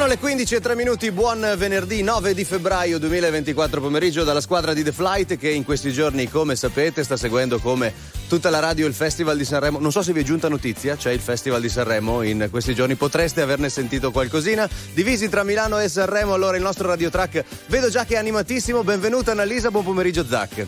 Sono le 15:03, buon venerdì 9 di febbraio 2024 pomeriggio dalla squadra di The Flight, che in questi giorni, come sapete, sta seguendo come tutta la radio il Festival di Sanremo. Non so se vi è giunta notizia, c'è il Festival di Sanremo in questi giorni, potreste averne sentito qualcosina. Divisi tra Milano e Sanremo, allora il nostro radiotrack vedo già che è animatissimo. Benvenuta Annalisa, buon pomeriggio Zac.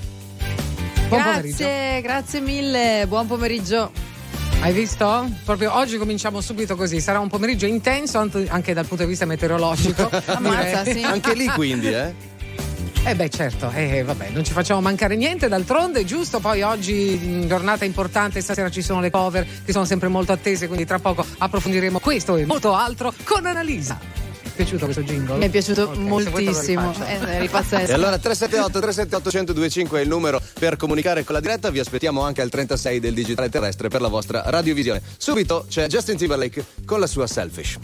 Grazie mille, buon pomeriggio. Hai visto? Proprio oggi cominciamo subito così, sarà un pomeriggio intenso anche dal punto di vista meteorologico. Ammazza, sì. Anche lì quindi, beh certo, vabbè, non ci facciamo mancare niente, d'altronde è giusto. Poi oggi giornata importante, stasera ci sono le cover che sono sempre molto attese, quindi tra poco approfondiremo questo e molto altro con Annalisa. Ti è piaciuto questo jingle? Mi è piaciuto moltissimo. E allora 378-378-1025 è il numero per comunicare con la diretta. Vi aspettiamo anche al 36 del digitale terrestre per la vostra radiovisione. Subito c'è Justin Timberlake con la sua Selfish.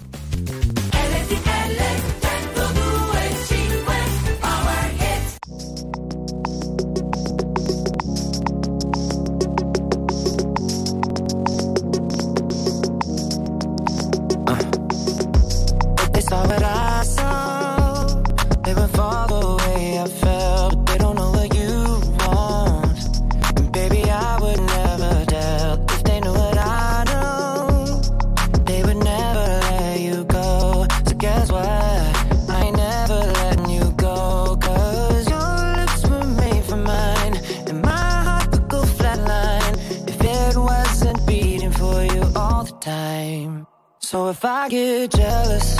So if I get jealous,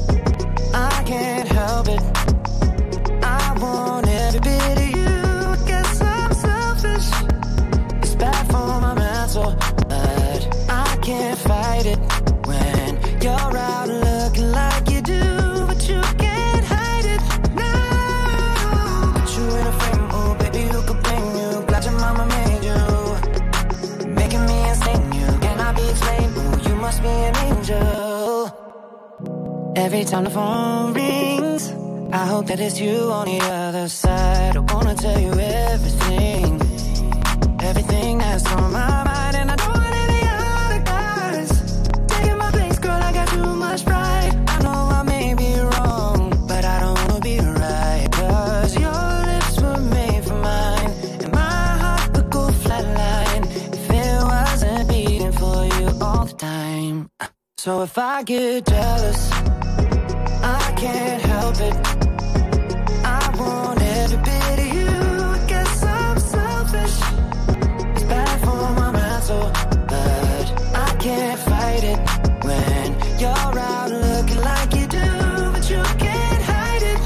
I can't help it. I want every bit of you. I guess I'm selfish. It's bad for my mental, but I can't fight it when you're out looking like you do, but you can't hide it. No, put you in a frame, oh baby, who could blame you? Glad your mama made you, making me insane. You cannot be explained. Oh, you must be an angel. Every time the phone rings, I hope that it's you on the other side. I wanna tell you everything, everything that's on my mind. And I don't want any other guys taking my place, girl, I got too much pride. I know I may be wrong, but I don't wanna be right. Cause your lips were made for mine, and my heart would go flatline if it wasn't beating for you all the time. So if I get jealous, I can't help it. I want every bit of you. I guess I'm selfish. It's bad for my mental, but I can't fight it when you're out looking like you do, but you can't hide it.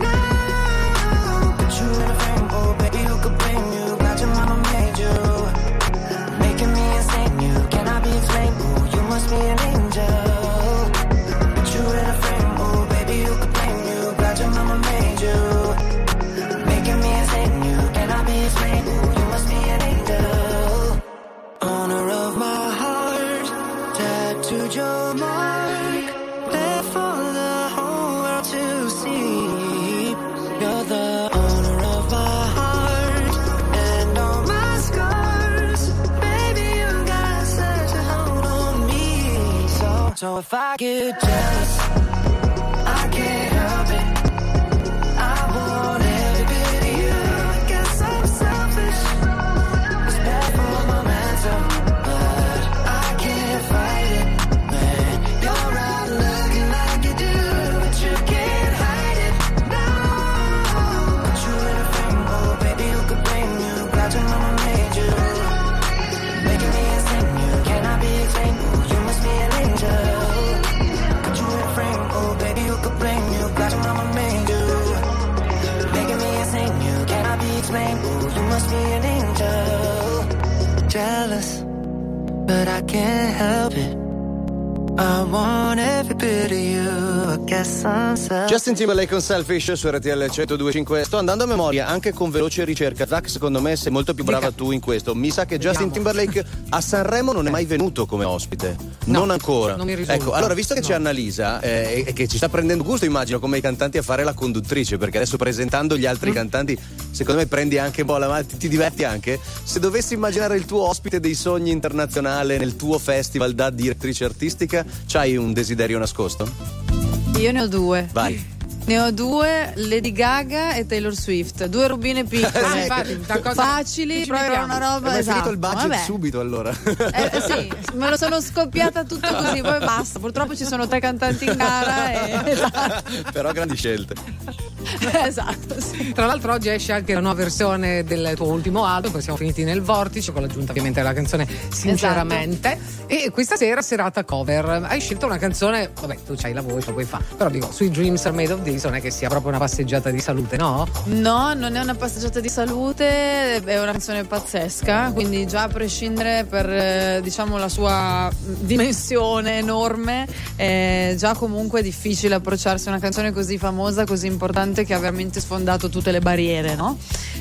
No, put you in a frame, oh baby, who could blame you? Glad your mama made you, making me insane. You cannot be explained. Oh, you must be an angel. Put you in a frame, oh baby, who could blame you? Glad your mama made you, making me insane. You cannot be explained. Oh, you must be an angel. Honor of my heart, tattooed your mark, there for the whole world to see. You're the owner of my heart and all my scars. Baby, you got such a hold on me. So if I get jealous, I can't help it. I want every bit of you. I guess I'm selfish. It's bad for my mental, but I can't fight it when you're out looking like you do, but you can't hide it. No, put you in a frame, oh baby, who could blame you? Glad your mama made you, making me insane. You cannot be explained. Oh, you must be an angel. Put you in a frame, oh baby, who could blame you? Glad your mama made you, making me insane. You cannot be explained. Oh, you must be an angel. Jealous, but I can't help it. I want every bit of you. I guess I'm selfish. Justin Timberlake con Selfish su RTL 102.5. Sto andando a memoria anche con veloce ricerca. Zac, secondo me sei molto più brava tu in questo. Mi sa che Justin Timberlake a Sanremo non è mai venuto come ospite. No, non ancora. Non mi risulta. Ecco, allora visto che c'è Annalisa e che ci sta prendendo gusto, immagino, come i cantanti, a fare la conduttrice, perché adesso presentando gli altri cantanti, secondo me prendi anche un po' la mano, ti diverti anche. Se dovessi immaginare il tuo ospite dei sogni internazionale nel tuo festival da direttrice artistica, c'hai un desiderio nascosto? Io ne ho due. Vai. Ne ho due, Lady Gaga e Taylor Swift. Due robine piccole. Facili, proprio una roba. Ma è esatto. finito il budget subito allora. Sì, me lo sono scoppiata tutto così, poi basta. Purtroppo ci sono 3 cantanti in gara Però grandi scelte. Esatto, sì. Tra l'altro oggi esce anche la nuova versione del tuo ultimo album, poi siamo finiti nel vortice con l'aggiunta ovviamente della canzone Sinceramente. Esatto. E questa sera serata cover. Hai scelto una canzone, vabbè, tu c'hai la voce, puoi fare, però dico, Sweet Dreams Are Made of This non è che sia proprio una passeggiata di salute, no? No, non è una passeggiata di salute, è una canzone pazzesca, quindi già a prescindere per diciamo la sua dimensione enorme, è già comunque difficile approcciarsi a una canzone così famosa, così importante, che ha veramente sfondato tutte le barriere, no?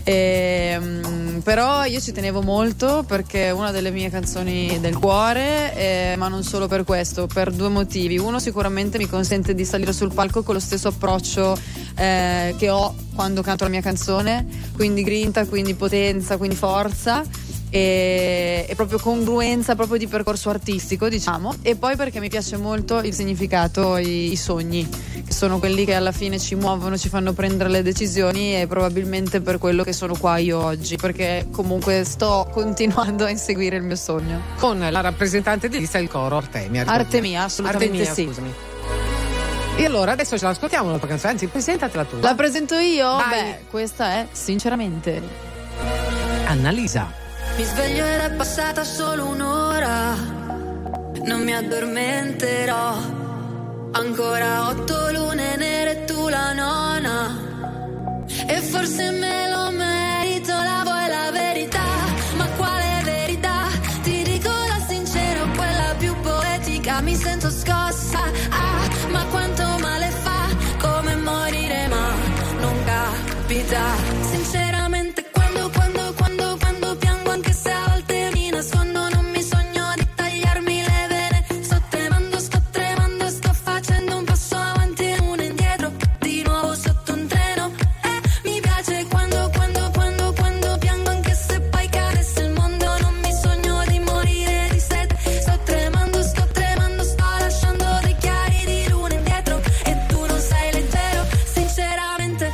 Però io ci tenevo molto perché è una delle mie canzoni del cuore, ma non solo per questo, per 2 motivi. Uno, sicuramente mi consente di salire sul palco con lo stesso approccio che ho quando canto la mia canzone, quindi grinta, quindi potenza, quindi forza e proprio congruenza proprio di percorso artistico, diciamo. E poi perché mi piace molto il significato, i sogni, che sono quelli che alla fine ci muovono, ci fanno prendere le decisioni, e probabilmente per quello che sono qua io oggi, perché comunque sto continuando a inseguire il mio sogno. Con la rappresentante di lista, il coro Artemia. Artemia, assolutamente Artemia, sì. Scusami. E allora adesso ce l'ascoltiamo la tua canzone, anzi presentatela tu. La presento io? Vai. Beh, questa è Sinceramente. Annalisa. Mi sveglio ed è passata solo un'ora, non mi addormenterò. Ancora 8 lune nere e tu la nona, e forse me lo merito, la vuoi la verità? Ma quale verità? Ti dico la sincera o quella più poetica, mi sento scossa, ma quanto male fa, come morire ma non capita. Sinceramente quando piango, anche se a volte mi nascondo, non mi sogno di tagliarmi le vene. Sto tremando, sto facendo un passo avanti e uno indietro, di nuovo sotto un treno. Mi piace quando piango, anche se poi cadesse il mondo, non mi sogno di morire di sete. Sto tremando, sto lasciando dei chiari di luna indietro, e tu non sei leggero. Sinceramente,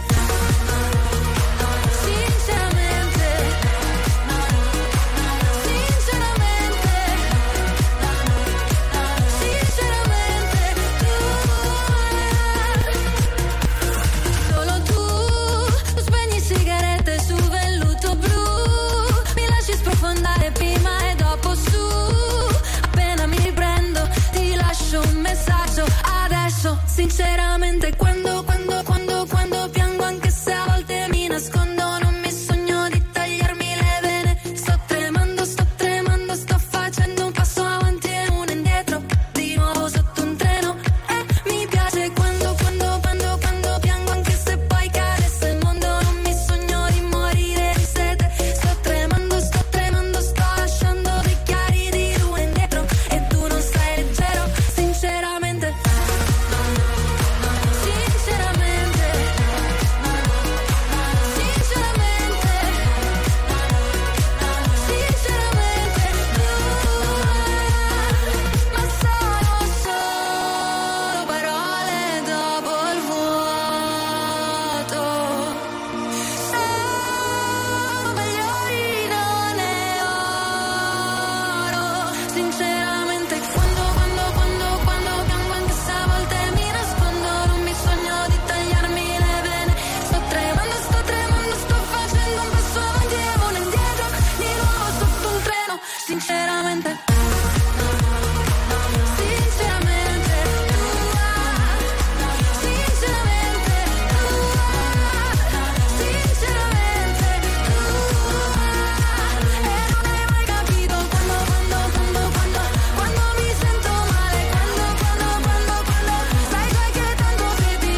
solo tu spegni sigarette su velluto blu, mi lasci sprofondare prima e dopo su. Appena mi riprendo ti lascio un messaggio adesso. Sinceramente quando piango, anche se a volte mi nascondo, non mi sogno di tagliarmi le vene. Sto tremando, sto facendo un passo avanti e uno indietro, di nuovo sotto un treno. Mi piace quando piango, anche se poi cadesse il mondo, non mi sogno di morire di sete. Sto tremando, sto lasciando dei chiari di luna indietro, e tu non sei leggero. Sinceramente, ma sono solo parole dopo il vuoto. Sono migliori, non è oro. Sinceramente quando piango, anche se a volte mi nascondo, non mi sogno di tagliarmi le vene. Sto tremando, sto facendo un passo avanti e uno indietro, di nuovo sotto un treno. Sinceramente, e non hai mai capito quando mi sento male, quando sai già che tanto credi,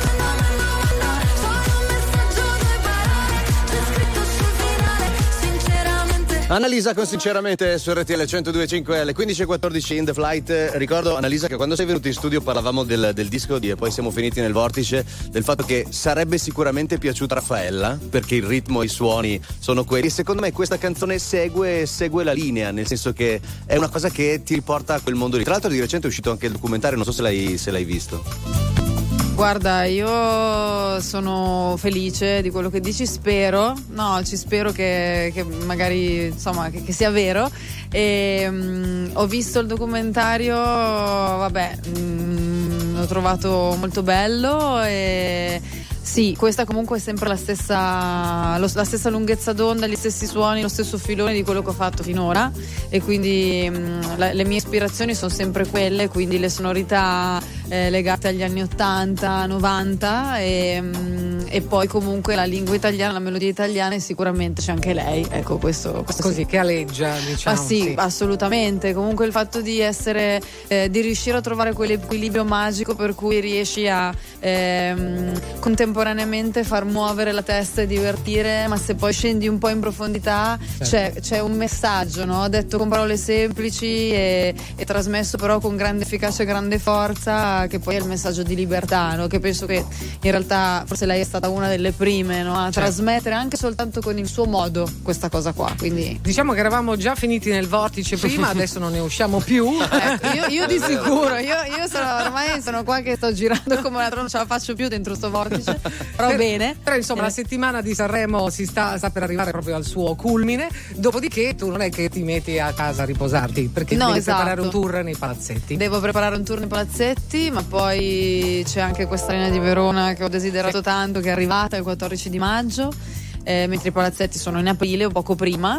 solo un messaggio, 2 parole, c'è scritto sul finale. Sinceramente, Annalisa con Sinceramente su RTL 102.5 alle 15.14 in The Flight. Ricordo, Annalisa, che quando sei venuto in studio parlavamo del disco e poi siamo finiti nel vortice, del fatto che sarebbe sicuramente piaciuta a Raffaella, perché il ritmo e i suoni sono quelli. Secondo me questa canzone segue la linea, nel senso che è una cosa che ti riporta a quel mondo lì. Tra l'altro di recente è uscito anche il documentario, non so se l'hai visto. Guarda, io sono felice di quello che dici, spero che magari insomma che sia vero. E ho visto il documentario, vabbè, l'ho trovato molto bello e sì, questa comunque è sempre la stessa lunghezza d'onda, gli stessi suoni, lo stesso filone di quello che ho fatto finora, e quindi le mie ispirazioni sono sempre quelle, quindi le sonorità legate agli anni 80, 90 e poi comunque la lingua italiana, la melodia italiana, e sicuramente c'è anche lei, ecco, questo così sì. Che aleggia, diciamo. Sì, assolutamente. Comunque il fatto di essere di riuscire a trovare quell'equilibrio magico per cui riesci a contemporaneamente far muovere la testa e divertire, ma se poi scendi un po' in profondità c'è un messaggio, no? Detto con parole semplici e trasmesso però con grande efficacia e grande forza, che poi è il messaggio di libertà, no? Che penso che in realtà forse lei è stata una delle prime, no? A trasmettere anche soltanto con il suo modo questa cosa qua, quindi diciamo che eravamo già finiti nel vortice prima, adesso non ne usciamo più. Io di sicuro, io ormai sono qua che sto girando come una non ce la faccio più dentro sto vortice, però bene. Però insomma la settimana di Sanremo sta per arrivare proprio al suo culmine, dopodiché tu non è che ti metti a casa a riposarti, perché devi preparare un tour nei palazzetti. Devo preparare un tour nei palazzetti, ma poi c'è anche questa linea di Verona che ho desiderato tanto, che è arrivata il 14 di maggio. Mentre i palazzetti sono in aprile o poco prima,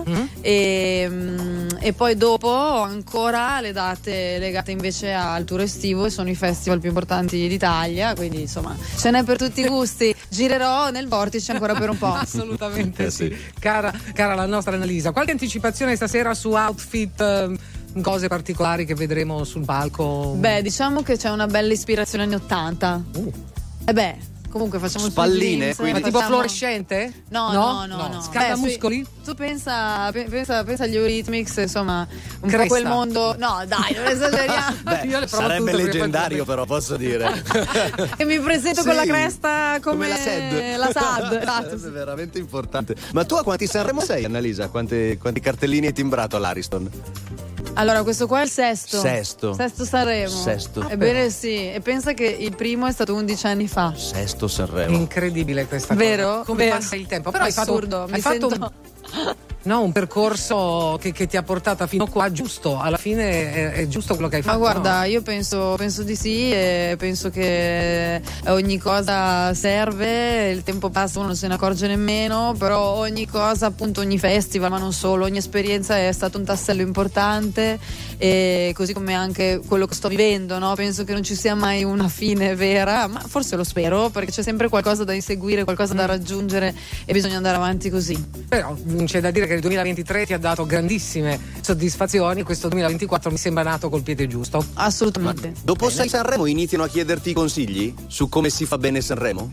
e poi dopo ho ancora le date legate invece al tour estivo, e sono i festival più importanti d'Italia, quindi insomma ce n'è per tutti i gusti. Girerò nel vortice ancora per un po'. Assolutamente sì. Cara la nostra Annalisa, qualche anticipazione stasera su outfit, cose particolari che vedremo sul palco? Beh, diciamo che c'è una bella ispirazione anni 80. Comunque facciamo spalline, ma tipo fluorescente? No. Scaldamuscoli? Tu pensa agli Eurythmics, insomma, un Cresta. po' quel mondo. No, dai, non esageriamo. Io le provo sarebbe tutte, leggendario, però posso dire. Che mi presento con la cresta come la SED. La SAD. Sarebbe veramente importante. Ma tu a quanti Sanremo sei, Annalisa? Quanti cartellini hai timbrato all'Ariston? Allora, questo qua è il sesto Sanremo. Sesto. Ebbene sì, e pensa che il primo è stato 11 anni fa. Sesto Sanremo. Incredibile questa Vero? cosa. Come passa il tempo. Però assurdo, hai fatto un percorso che ti ha portata fino qua, giusto, alla fine è giusto quello che hai fatto. Ma guarda, io penso di sì, e penso che ogni cosa serve, il tempo passa, uno non se ne accorge nemmeno, però ogni cosa, appunto ogni festival, ma non solo, ogni esperienza è stato un tassello importante, e così come anche quello che sto vivendo, no? Penso che non ci sia mai una fine vera, ma forse lo spero, perché c'è sempre qualcosa da inseguire, qualcosa da raggiungere, e bisogna andare avanti così. Però c'è da dire che il 2023 ti ha dato grandissime soddisfazioni, questo 2024 mi sembra nato col piede giusto. Assolutamente. Dopo Sanremo iniziano a chiederti consigli su come si fa bene Sanremo?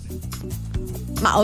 Ma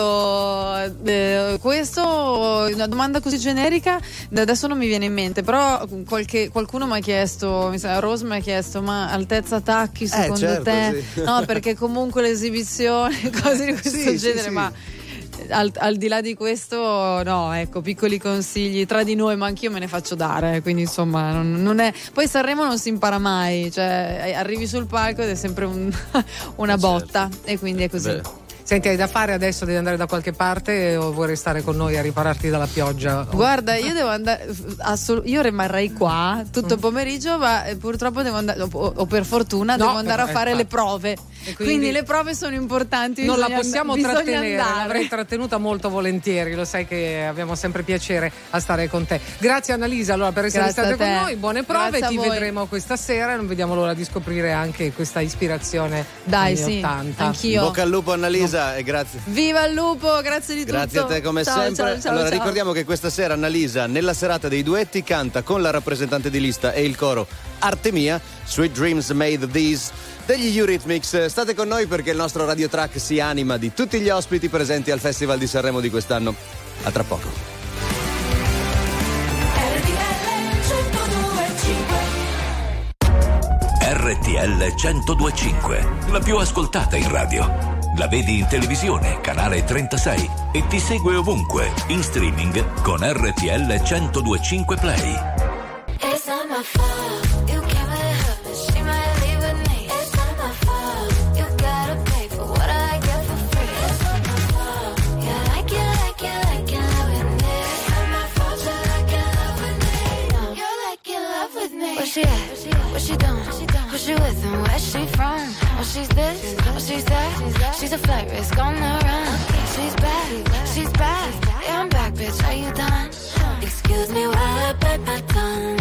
oddio, questo è una domanda così generica, adesso non mi viene in mente, però qualcuno mi ha chiesto, mi sa, Rose mi ha chiesto, ma altezza tacchi secondo te? Sì. No, perché comunque l'esibizione, cose di questo genere, sì. Ma al di là di questo, no, ecco, piccoli consigli tra di noi, ma anch'io me ne faccio dare, quindi insomma non è. Poi Sanremo non si impara mai, cioè arrivi sul palco ed è sempre una botta, e quindi è così. Beh. Senti, hai da fare adesso? Devi andare da qualche parte o vuoi restare con noi a ripararti dalla pioggia? Guarda, io devo andare, io rimarrei qua tutto il pomeriggio, ma purtroppo devo andare, o per fortuna devo andare a fare le prove. Quindi le prove sono importanti. Non la possiamo trattenere, andare. l'avrei trattenuta molto volentieri, lo sai che abbiamo sempre piacere a stare con te. Grazie Annalisa allora per essere stata con noi, buone prove, ti vedremo questa sera, non vediamo l'ora di scoprire anche questa ispirazione. Dai, anni sì, 80. anch'io. Bocca al lupo Annalisa, e grazie. Viva il lupo, grazie di tutto. Grazie a te come sempre. Allora ricordiamo che questa sera Annalisa, nella serata dei duetti, canta con la rappresentante di lista e il coro Arte Mia, Sweet Dreams Made of These degli Eurythmics. State con noi perché il nostro Radio Track si anima di tutti gli ospiti presenti al Festival di Sanremo di quest'anno. A tra poco. RTL 102.5, la più ascoltata in radio. La vedi in televisione, canale 36, e ti segue ovunque, in streaming con RTL 102.5 Play. It's not my fault, you can't let her, she might leave with me. It's not my fault, you got she at? What she doing? Who she with and where she from? Oh, she's this, oh, she's that. She's a flight risk on the run. She's back, yeah, I'm back, bitch, are you done? Excuse me while I bite my tongue.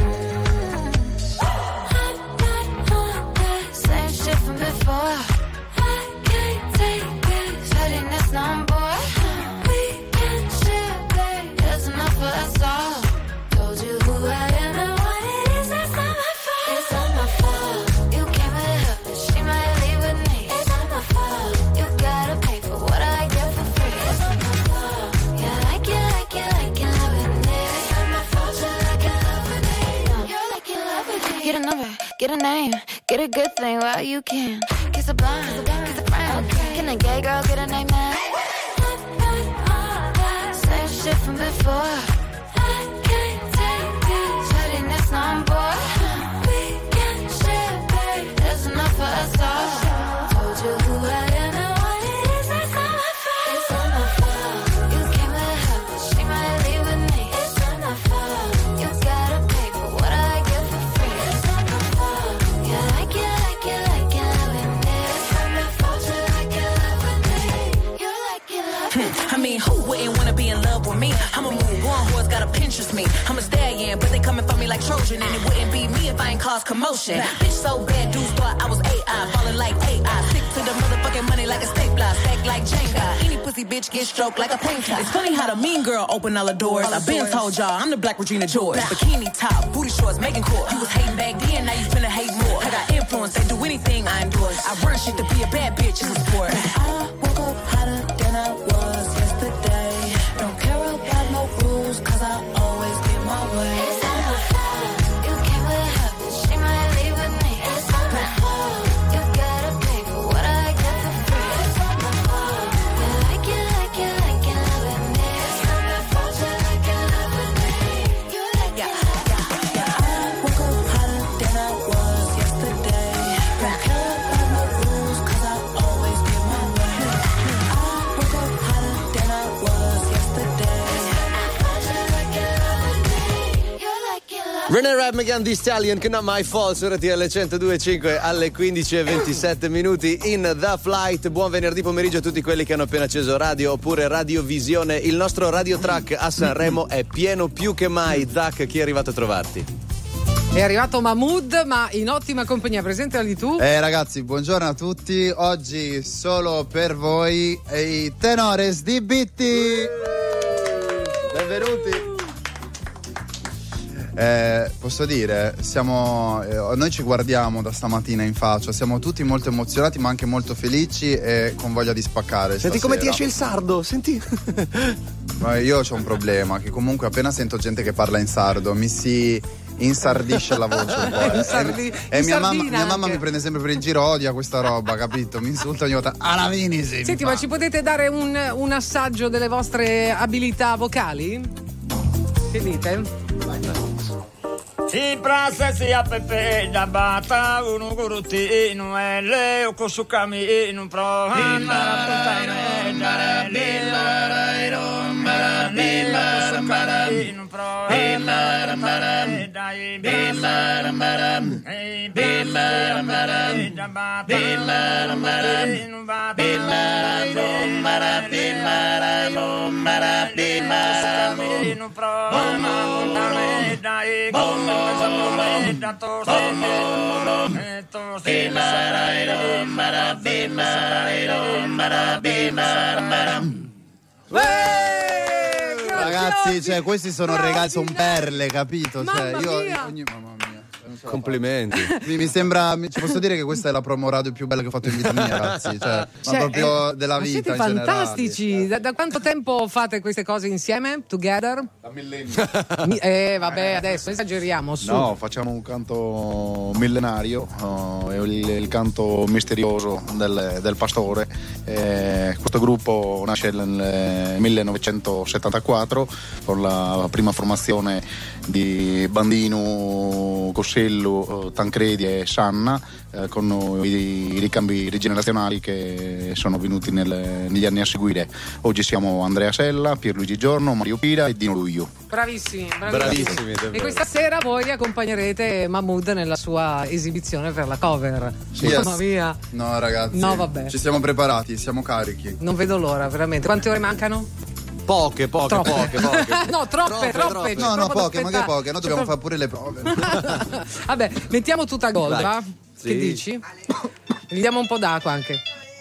Same shit from before. I can't take it, shutting this number. We can share, babe, there's enough for us all. Told you who I am and what it is, that's not my fault. It's not my fault. You came with her, but she might leave with me. It's not my fault. You gotta pay for what I get for free. It's not my fault. Yeah, like it, love it, it's not my fault. You like it, love it, you're like it, love it. Get a number, get a name, get a good thing while you can. Kiss a blind, kiss a friend. Can a gay girl get a name now? Same shit from before. I can't take it, shutting this number. We can share, babe, there's enough for us all. Told you who I am and what it is, that's not my fault. It's not my fault. You came with her, but she might leave with me. It's not my fault. You gotta pay for what I get for free. It's not my fault. Yeah, like it, love it, it's not my fault. You like it, love it, you like it, love it. I mean, who wouldn't wanna be in love with me? I'm a move on, who's gotta Pinterest me? I'm a stallion, but they coming for me like Trojan, and it wouldn't be me if I ain't cause commotion. Bitch so bad, dudes thought I was AI, falling like AI. Stick to the motherfucking money like a stapler, stack like Jenga. Any pussy bitch get stroked like a painter. It's funny how the mean girl open all the doors. I been told y'all I'm the Black Regina George. Bikini top, booty shorts, making court. You was hating back then, now you finna hate more. I got influence, they do anything I endorse. I run shit to be a bad bitch in the sport. I woke up hotter than I was yesterday. Don't care about no rules, cause I always get my way. It's not my fault. You came with her, but she might leave with me. It's not my fault. You gotta pay for what I get for free. It's not my fault. You like it, love it, it's not my fault. You like it, love it, you like it, love it. I woke up hotter than I was yesterday. Don't care about no rules, cause I always get my way. I woke up hotter than I was yesterday. René Rapp, Megan Thee Stallion, che Not My Fault su RTL 102.5 alle 15:27 minuti in The Flight. Buon venerdì pomeriggio a tutti quelli che hanno appena acceso radio oppure radiovisione. Il nostro radio track a Sanremo è pieno più che mai. Zach, chi è arrivato a trovarti? È arrivato Mahmood, ma in ottima compagnia. Presentali tu. Ragazzi, buongiorno a tutti. Oggi solo per voi i Tenores di Bitti. Benvenuti. Posso dire, noi ci guardiamo da stamattina in faccia, siamo tutti molto emozionati ma anche molto felici e con voglia di spaccare. Senti stasera. come ti esce il sardo, senti. Ma io c'ho un problema, che comunque appena sento gente che parla in sardo mi si insardisce la voce un po'. E mia mamma mi prende sempre per il giro, odia questa roba, capito? Mi insulta ogni volta. Senti, ma ci potete dare un assaggio delle vostre abilità vocali? Che dite? Si prasa si a pepe da bata uno guruti no ele o kosukami no pro Ragazzi, cioè, questi sono regali, sono perle, capito? Cioè, Mamma mia. Mamma mia. Complimenti. Mi sembra, ci posso dire che questa è la promo radio più bella che ho fatto in vita mia, ragazzi. Cioè, ma proprio della vita. Siete fantastici. Da quanto tempo fate queste cose insieme? Together? Da millennio. Vabbè, adesso esageriamo. Su. No, facciamo un canto millenario, è il canto misterioso del pastore. Questo gruppo nasce nel 1974 con la prima formazione di Bandino, sono Cossello, Tancredi e Sanna, con i ricambi rigenerazionali che sono venuti negli anni a seguire. Oggi siamo Andrea Sella, Pierluigi Giorno, Mario Pira e Dino Luglio. Bravissimi. Bravissimi. E questa sera voi accompagnerete Mahmood nella sua esibizione per la cover. Mamma mia. No ragazzi, no, vabbè. Ci siamo preparati, siamo carichi. Non vedo l'ora, veramente. Quante ore mancano? Poche. No, troppe. No, poche, ma che poche? Noi dobbiamo fare pure le prove. Vabbè, mettiamo tutta a gol, va? Sì. Che dici? Gli diamo un po' d'acqua anche.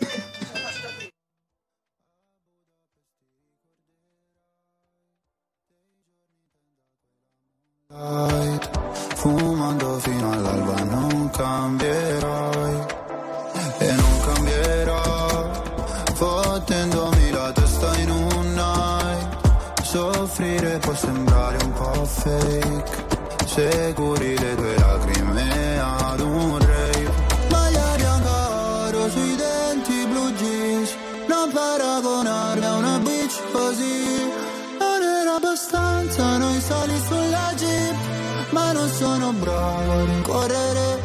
Fumando fino all'alba non cambierai e non cambierò, fottendomi la testa in un night. Soffrire può sembrare un po' fake, se curi le tue lacrime ad un rave. Maglia bianca sui denti, blu jeans, non paragonarmi a una bitch così. Non era abbastanza, noi sali sulla jeep, ma non sono bravo a rincorrere.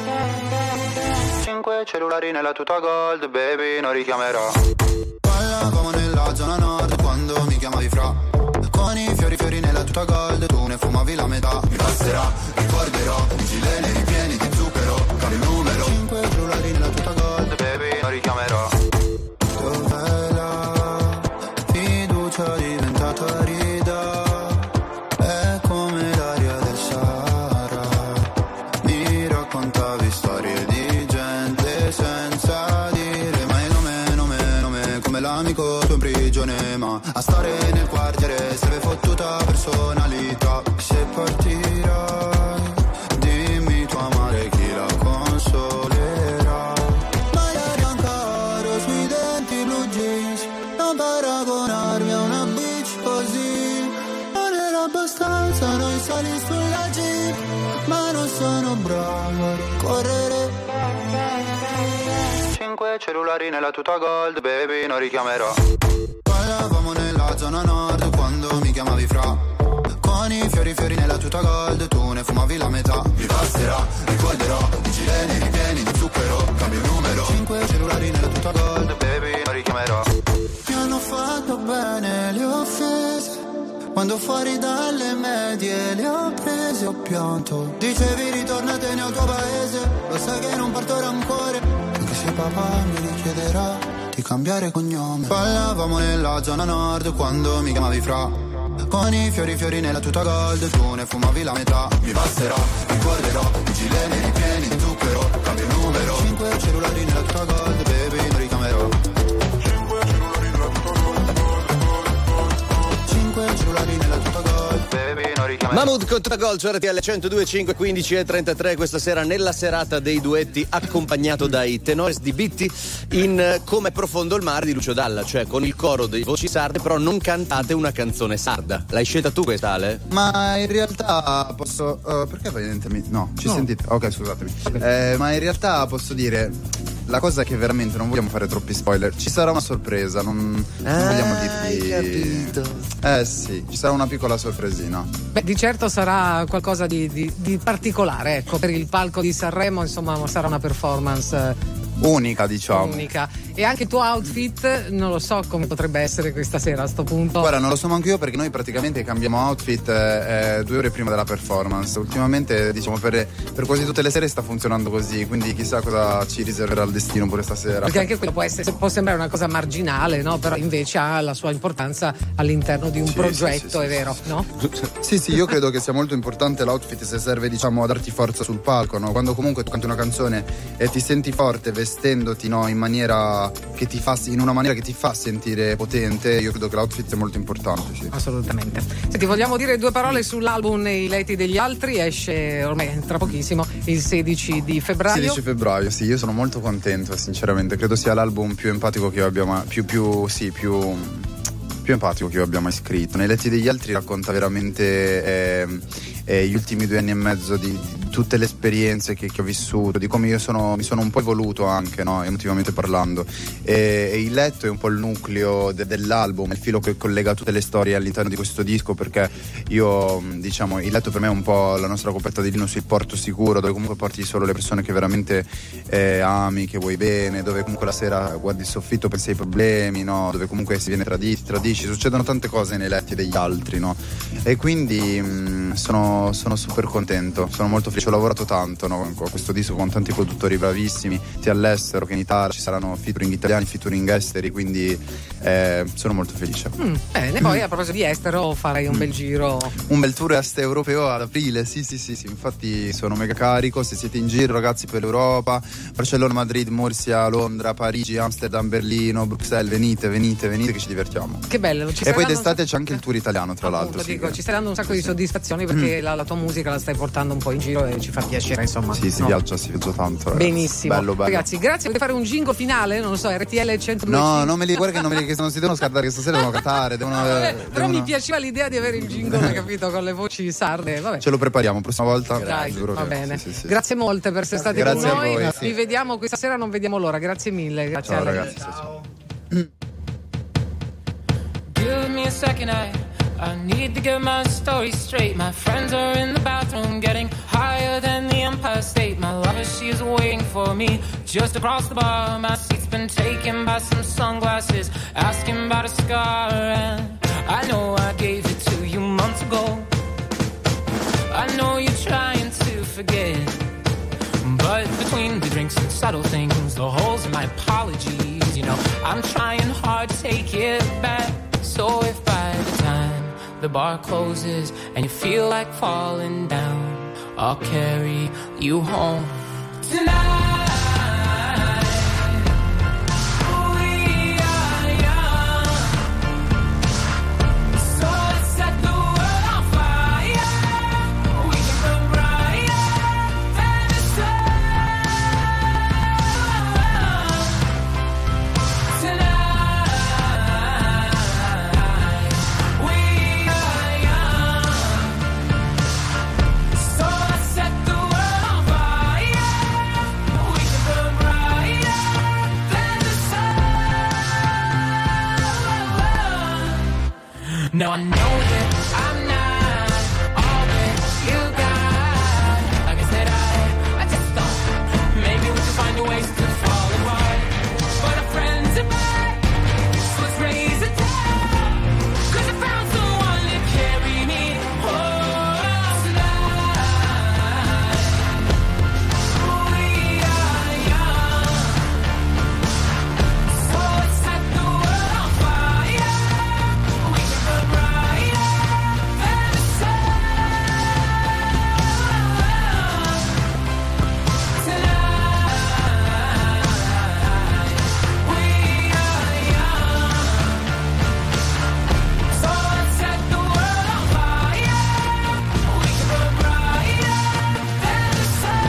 5 cellulari nella tuta gold, baby, non richiamerò. Parlavamo nella zona nord quando mi chiamavi fra. Con i fiori nella tuta gold, tu ne fumavi la metà. Mi passerà, ricorderò, i gileni ripieni di zucchero, cambio il numero. 5 cellulari nella tuta gold, baby, non richiamerò. Dov'è la fiducia diventata rida? È come l'aria del Sahara. Mi raccontavi storie di gente senza dire mai nome, come l'amico tuo in prigione, ma a stare nel quartiere serve fottuta personalità. Se partirai, dimmi tua madre chi la consolerà. Maglia bianca sui denti, blu jeans, non paragonarmi a una bitch così. Non era abbastanza, noi sali sulla jeep, ma non sono bravo a rincorrere. 5 cellulari nella tuta gold, baby, non richiamerò. Parlavamo nella zona nord quando mi chiamavi fra. Con i fiori nella tuta gold, tu ne fumavi la metà. Mi passerà, ricorderò, i gileni ripieni di zucchero, cambio il numero. 5 cellulari nella tuta gold, baby, non richiamerò. Mi hanno fatto bene le offese, quando fuori dalle medie le ho prese, ho pianto. Dicevi ritornatene al tuo paese, lo sai che non porto rancore, anche se papà mi richiederà di cambiare cognome. Parlavamo nella zona nord quando mi chiamavi fra. Con i fiori nella tuta gold, tu ne fumavi la metà. Mi passerà, ricorderò, i gileni ripieni di zucchero, cambio il numero. 5 cellulari nella tuta gold, baby, non richiamerò. 5 cellulari nella tuta gold, baby, non richiamerò. Mahmood con tutta Gold, RTL 102.5, 15:33 questa sera nella serata dei duetti, accompagnato dai tenores di Bitti in Come profondo il mare di Lucio Dalla, cioè con il coro di voci sarde, però non cantate una canzone sarda. L'hai scelta tu questa, Ale? Ma in realtà posso... perché evidentemente no, ci sentite? Ok, scusatemi. Ma in realtà posso dire... La cosa è che veramente non vogliamo fare troppi spoiler. Ci sarà una sorpresa, non vogliamo dirvi. Capito. Sì, ci sarà una piccola sorpresina. Beh, di certo sarà qualcosa di particolare, ecco, per il palco di Sanremo, insomma, sarà una performance unica, diciamo. Unica. E anche il tuo outfit, non lo so come potrebbe essere questa sera a sto punto. Guarda, non lo so manco io, perché noi praticamente cambiamo outfit 2 ore prima della performance. Ultimamente, diciamo, per quasi tutte le sere sta funzionando così, quindi chissà cosa ci riserverà il destino pure stasera. Perché anche quello può sembrare una cosa marginale, no? Però invece ha la sua importanza all'interno di un progetto, è vero, no? Sì, io credo che sia molto importante l'outfit se serve, diciamo, a darti forza sul palco, no? Quando comunque tu canti una canzone e ti senti forte vestendoti, no, in una maniera che ti fa sentire potente, io credo che l'outfit sia molto importante, sì. Assolutamente. Senti, vogliamo dire 2 parole sull'album Nei letti degli altri? Esce ormai tra pochissimo, il 16 di febbraio. 16 febbraio, sì, io sono molto contento, sinceramente. Credo sia l'album più empatico che io abbia mai, più empatico che io abbia mai scritto. Nei letti degli altri racconta veramente gli ultimi 2 anni e mezzo di tutte le esperienze che ho vissuto, di come mi sono un po' evoluto anche, no? Emotivamente parlando, e il letto è un po' il nucleo dell'album, il filo che collega tutte le storie all'interno di questo disco, perché io, diciamo, il letto per me è un po' la nostra coperta di lino sul porto sicuro, dove comunque porti solo le persone che veramente ami, che vuoi bene, dove comunque la sera guardi il soffitto, pensi ai problemi, no? Dove comunque si viene tradisci, succedono tante cose nei letti degli altri, no? E quindi sono super contento, sono molto felice, ho lavorato tanto, no? Con questo disco con tanti produttori bravissimi, sia all'estero che in Italia, ci saranno featuring italiani, featuring esteri, quindi sono molto felice. Bene, poi a proposito di estero farai un bel giro, un bel tour est europeo ad aprile, sì, infatti sono mega carico. Se siete in giro, ragazzi, per l'Europa, Barcellona, Madrid, Murcia, Londra, Parigi, Amsterdam, Berlino, Bruxelles, venite che ci divertiamo. Che bello. E poi d'estate c'è anche il tour italiano, tra l'altro. Dico, ci stai dando un sacco di soddisfazioni perché la tua musica la stai portando un po' in giro e ci fa piacere, insomma. Sì, si viaggia tanto, ragazzi. Benissimo. Bello. Ragazzi, grazie. Volete fare un jingle finale? Non lo so, RTL 102. No, non me li guarda che non si devono scardare, che stasera devono cantare. Però mi piaceva l'idea di avere il jingle, hai capito, con le voci sarde. Vabbè. Ce lo prepariamo, prossima volta. Dai, va bene. Sì. Grazie molte per essere stati con noi. Vi vediamo questa sera, non vediamo l'ora. Grazie mille. Grazie. Ciao ragazzi. Ciao. Give me a second, I need to get my story straight. My friends are in the bathroom getting higher than the Empire State. My lover, she's waiting for me just across the bar. My seat's been taken by some sunglasses, asking about a scar. And I know I gave it to you months ago. I know you're trying to forget, but between the drinks and subtle things, the holes in my apologies, you know, I'm trying hard to take it back. So if by the time the bar closes and you feel like falling down, I'll carry you home tonight. Now I know that I'm not all that you got. Like I said, I just thought maybe we could find a way to fall apart. But our friends are back, so let's raise a town. 'Cause I found someone to carry me home tonight. We are young, so let's set the world on fire. We can burn brighter than the sun tonight. We are young, so let's set the world on fire. We can burn brighter than the sun.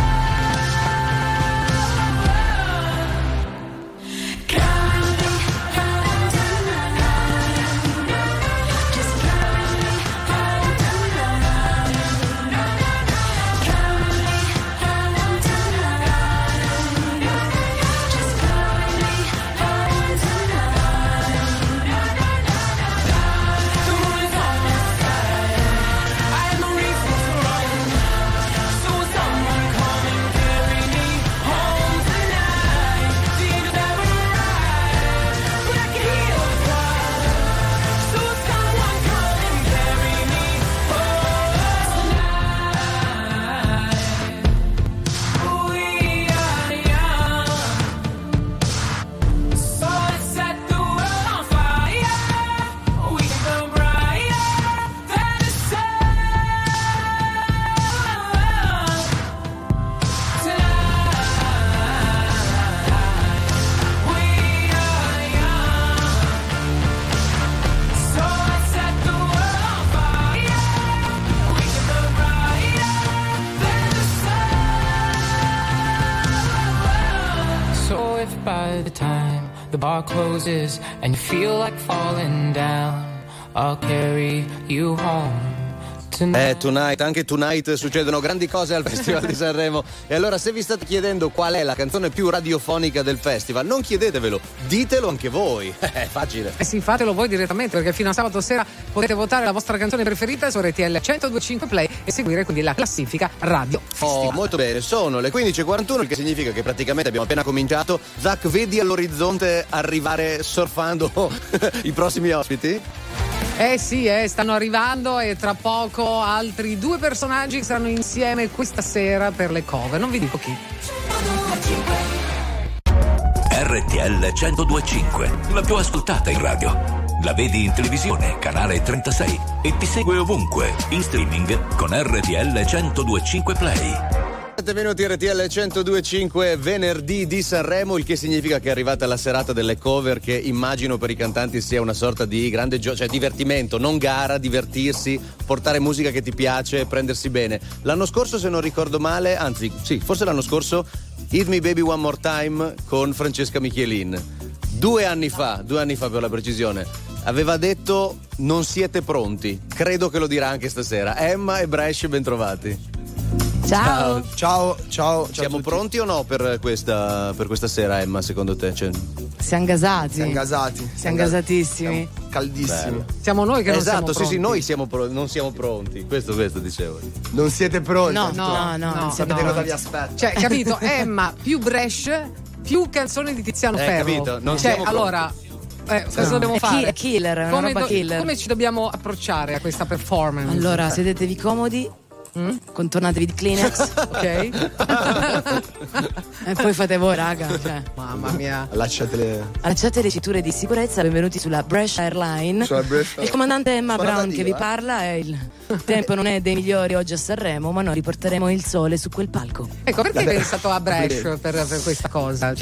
So if by the time the bar closes and you feel like falling down, I'll carry you home Tonight, anche tonight succedono grandi cose al Festival di Sanremo. E allora, se vi state chiedendo qual è la canzone più radiofonica del festival, non chiedetevelo, ditelo anche voi. È facile. Sì, fatelo voi direttamente, perché fino a sabato sera potete votare la vostra canzone preferita su RTL 102.5 Play e seguire quindi la classifica radio festival. Molto bene, sono le 15:41, il che significa che praticamente abbiamo appena cominciato. Zach, vedi all'orizzonte arrivare surfando i prossimi ospiti? Sì, stanno arrivando e tra poco altri 2 personaggi che saranno insieme questa sera per le cover. Non vi dico chi. RTL 102.5, la più ascoltata in radio. La vedi in televisione, canale 36, e ti segue ovunque, in streaming con RTL 102.5 Play. 7 minuti RTL 102.5, venerdì di Sanremo, il che significa che è arrivata la serata delle cover, che immagino per i cantanti sia una sorta di grande cioè divertimento, non gara, divertirsi, portare musica che ti piace, prendersi bene. L'anno scorso, se non ricordo male, anzi sì, forse l'anno scorso, Hit Me Baby One More Time con Francesca Michelin. 2 anni fa per la precisione, aveva detto non siete pronti. Credo che lo dirà anche stasera. Emma e Brescia, bentrovati. Ciao. Siamo pronti o no per questa sera, Emma, secondo te? Siamo gasati. Siamo gasatissimi. Siamo caldissimi. Bello. Siamo noi che non siamo pronti. Sì, noi non siamo pronti. Questo dicevo. Non siete pronti? No. Sapete cosa vi aspetta? Cioè, capito? Emma più Brescia, più canzoni di Tiziano Ferro. Capito? Non siamo allora. Cosa dobbiamo fare? È killer, è una roba killer. Come ci dobbiamo approcciare a questa performance? Allora, sedetevi comodi, contornatevi di Kleenex, ok? E poi fate voi, raga. Cioè. Mamma mia. Allacciate le cinture di sicurezza, benvenuti sulla Brescia Airline. Il comandante Emma Brown che vi parla. Il tempo non è dei migliori oggi a Sanremo, ma noi riporteremo il sole su quel palco. Ecco, perché hai pensato a Brescia per questa cosa?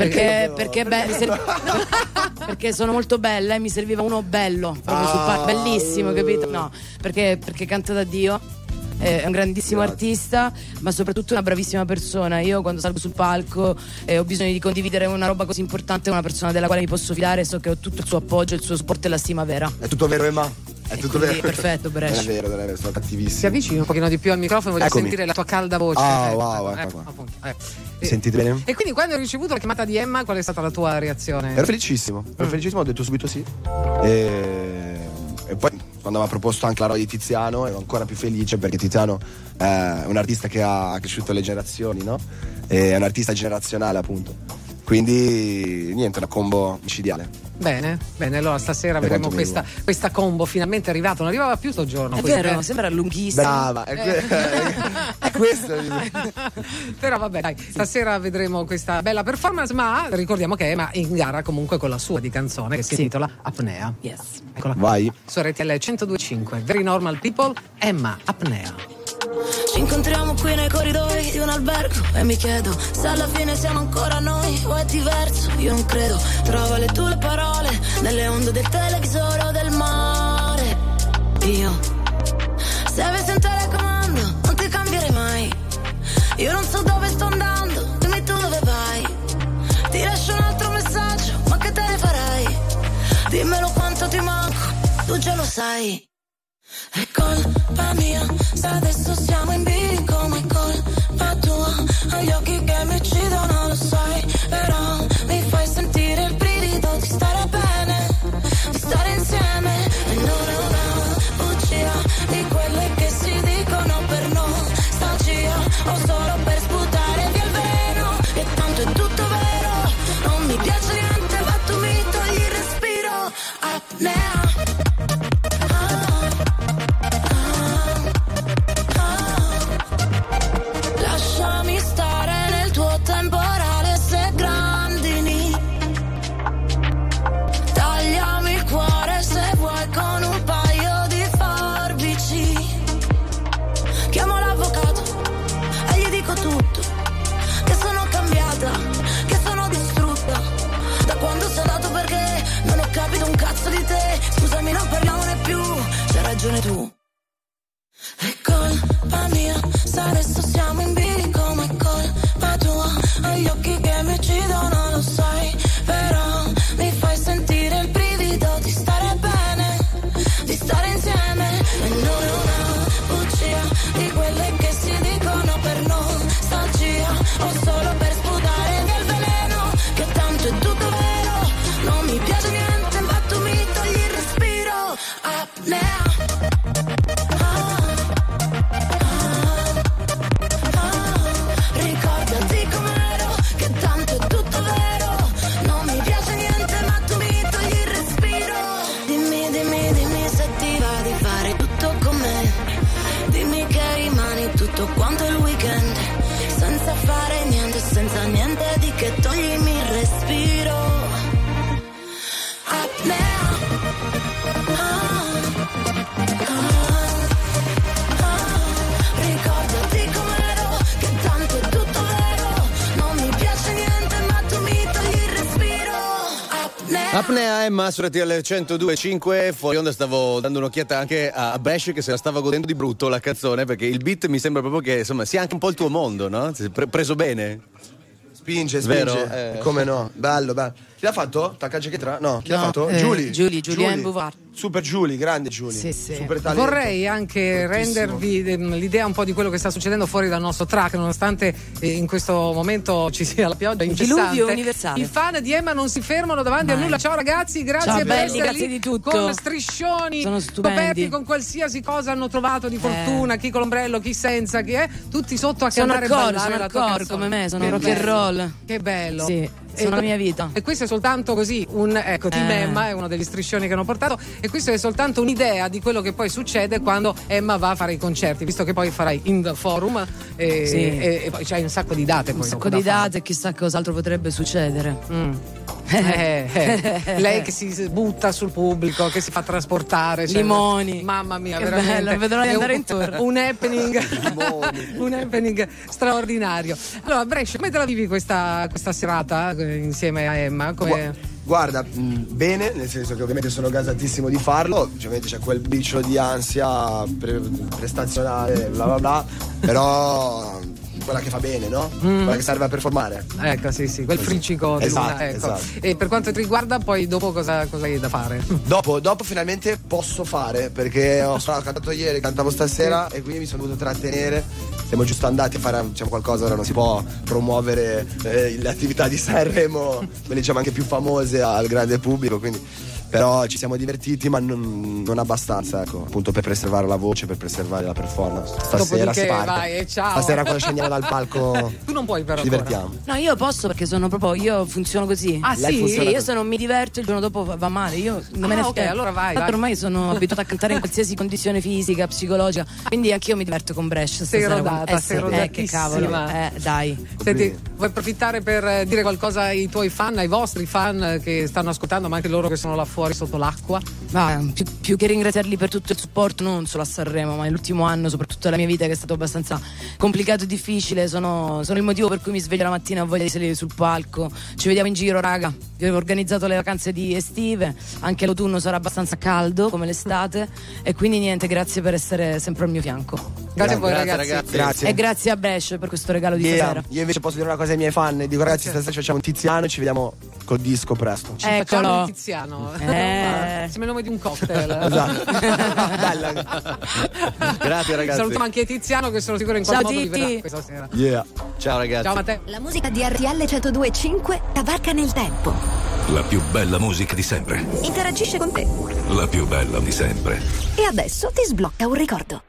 Perché sono molto bella e mi serviva uno bello proprio sul palco, bellissimo, capito? No, perché canta da Dio. È un grandissimo artista, ma soprattutto una bravissima persona. Io quando salgo sul palco ho bisogno di condividere una roba così importante con una persona della quale mi posso fidare, so che ho tutto il suo appoggio, il suo supporto e la stima vera. È tutto vero, Emma? È tutto vero. Perfetto, Brescia. Non è vero, sono cattivissimo. Si avvicini un pochino di più al microfono, voglio sentire la tua calda voce. Wow, sentite bene? E quindi quando hai ricevuto la chiamata di Emma, qual è stata la tua reazione? Ero felicissimo, ho detto subito sì. E poi quando mi ha proposto anche la roba di Tiziano ero ancora più felice, perché Tiziano è un artista che ha cresciuto le generazioni, no? È un artista generazionale, appunto. Quindi niente, una combo micidiale. Bene, allora stasera vedremo questa combo finalmente arrivata. Non arrivava più sto giorno. È vero, sembra lunghissimo. Brava, è questo. Però vabbè, dai, stasera vedremo questa bella performance, ma ricordiamo che Emma è in gara comunque con la sua di canzone che si intitola Apnea. Yes. Eccola. Vai. Su RTL 102.5, Very Normal People, Emma, Apnea. Ci incontriamo qui nei corridoi di un albergo e mi chiedo se alla fine siamo ancora noi o è diverso. Io non credo, trova le tue parole nelle onde del televisore o del mare. Io, se avessi un telecomando non ti cambierei mai. Io non so dove sto andando, dimmi tu dove vai. Ti lascio un altro messaggio, ma che te ne farai? Dimmelo quanto ti manco, tu già lo sai. È colpa mia, se adesso siamo in bilico, ma è colpa tua. Hai gli occhi che mi uccidono, lo sai, però mi fai sentire il brivido di stare bene, di stare insieme. E non è una bugia di quelle che si dicono per nostalgia, o solo per sputare via il veleno. E tanto è tutto vero, non mi piace niente, ma tu mi togli il respiro. Apnea. Scusami, non parliamone più, c'hai ragione tu. È colpa mia, se adesso siamo in bilico, ma è colpa tua. Hai gli occhi che mi uccidono, lo sai, però mi fai sentire il brivido di stare bene, di stare insieme. E non è una bugia senza fare niente, senza niente di che toglimi il respiro. Apnea. Ricordati com'ero, che tanto è tutto vero. Non mi piace niente, ma tu mi togli il respiro. Apnea Emma su RTL 102.5. Fuori onda stavo dando un'occhiata anche a Bash, che se la stava godendo di brutto la canzone, perché il beat mi sembra proprio che insomma sia anche un po' il tuo mondo, no? Preso bene. Spinge, vero? Come no? Bello. Chi l'ha fatto? Taccaggio che tra? No, chi l'ha fatto? Julien Bouvard. Super Julie, grande Julie. Sì. Super talento. Vorrei anche rendervi l'idea un po' di quello che sta succedendo fuori dal nostro track, nonostante in questo momento ci sia la pioggia incessante. Diluvio universale. I fan di Emma non si fermano davanti a nulla. Ciao ragazzi, grazie per belli, essere grazie lì di tutto. con striscioni Sono stupendi. coperti con qualsiasi cosa hanno trovato di fortuna, chi con l'ombrello, chi senza, chi è, tutti sotto a cantare e ballare la tua canzone. Come me, sono Che rock and bello. roll. Che bello. Sì. Sono la mia vita. E questo è soltanto così Team Emma è uno degli striscioni che hanno portato, e questo è soltanto un'idea di quello che poi succede quando Emma va a fare i concerti, visto che poi farai in the forum e poi c'hai un sacco di date, un sacco di date e chissà cos'altro potrebbe succedere. Lei che si butta sul pubblico, che si fa trasportare, limoni, mamma mia, che veramente bello, vedrò di andare in tour. un happening straordinario. Allora Brescia, come te la vivi questa serata insieme a Emma? Guarda, bene, nel senso che ovviamente sono gasatissimo di farlo, ovviamente c'è quel briciolo di ansia prestazionale, bla bla bla, però quella che fa bene, no? Quella che serve a performare. Ecco, sì, quel friccico di luna, ecco. Esatto. E per quanto ti riguarda, poi dopo cosa hai da fare? Dopo finalmente posso fare, perché ho cantato ieri, cantavo stasera e quindi mi sono dovuto trattenere. Siamo giusto andati a fare qualcosa, ora non si può promuovere le attività di Sanremo, quelle diciamo anche più famose al grande pubblico, quindi però ci siamo divertiti, ma non abbastanza, ecco, appunto per preservare la voce, per preservare la performance. Stasera si parte. Vai, ciao. Stasera quando scendiamo dal palco tu non puoi, però ci divertiamo. No, io posso, perché io funziono così. Ah, Lei sì? Io se non mi diverto il giorno dopo va male. Io non me ne ok, allora vai. Ormai sono abituata a cantare in qualsiasi condizione fisica, psicologica, quindi anch'io mi diverto con Brescia. Sei rodata, che cavolo. Dai. Senti, vuoi approfittare per dire qualcosa ai tuoi fan, ai vostri fan che stanno ascoltando, ma anche loro che sono là fuori sotto l'acqua? Più che ringraziarli per tutto il supporto, non solo a Sanremo, ma nell'ultimo anno, soprattutto della mia vita, che è stato abbastanza complicato e difficile. Sono il motivo per cui mi sveglio la mattina e ho voglia di salire sul palco. Ci vediamo in giro, raga. Io ho organizzato le vacanze estive, anche l'autunno sarà abbastanza caldo come l'estate, e quindi niente, grazie per essere sempre al mio fianco. Grazie a voi ragazzi. Grazie. E grazie a Brescia per questo regalo di stasera. Io invece posso dire una cosa ai miei fan, dico ragazzi, stasera ci facciamo un Tiziano e ci vediamo col disco presto. Ci facciamo un Tiziano. Sembra il nome di un cocktail. Esatto. Bella. Grazie ragazzi. Salutiamo anche Tiziano, che sono sicuro in qualche modo vivrà questa sera. Ciao ragazzi. Ciao Matteo. La musica di RTL 102.5 cavalca nel tempo. La più bella musica di sempre. Interagisce con te. La più bella di sempre. E adesso ti sblocca un ricordo.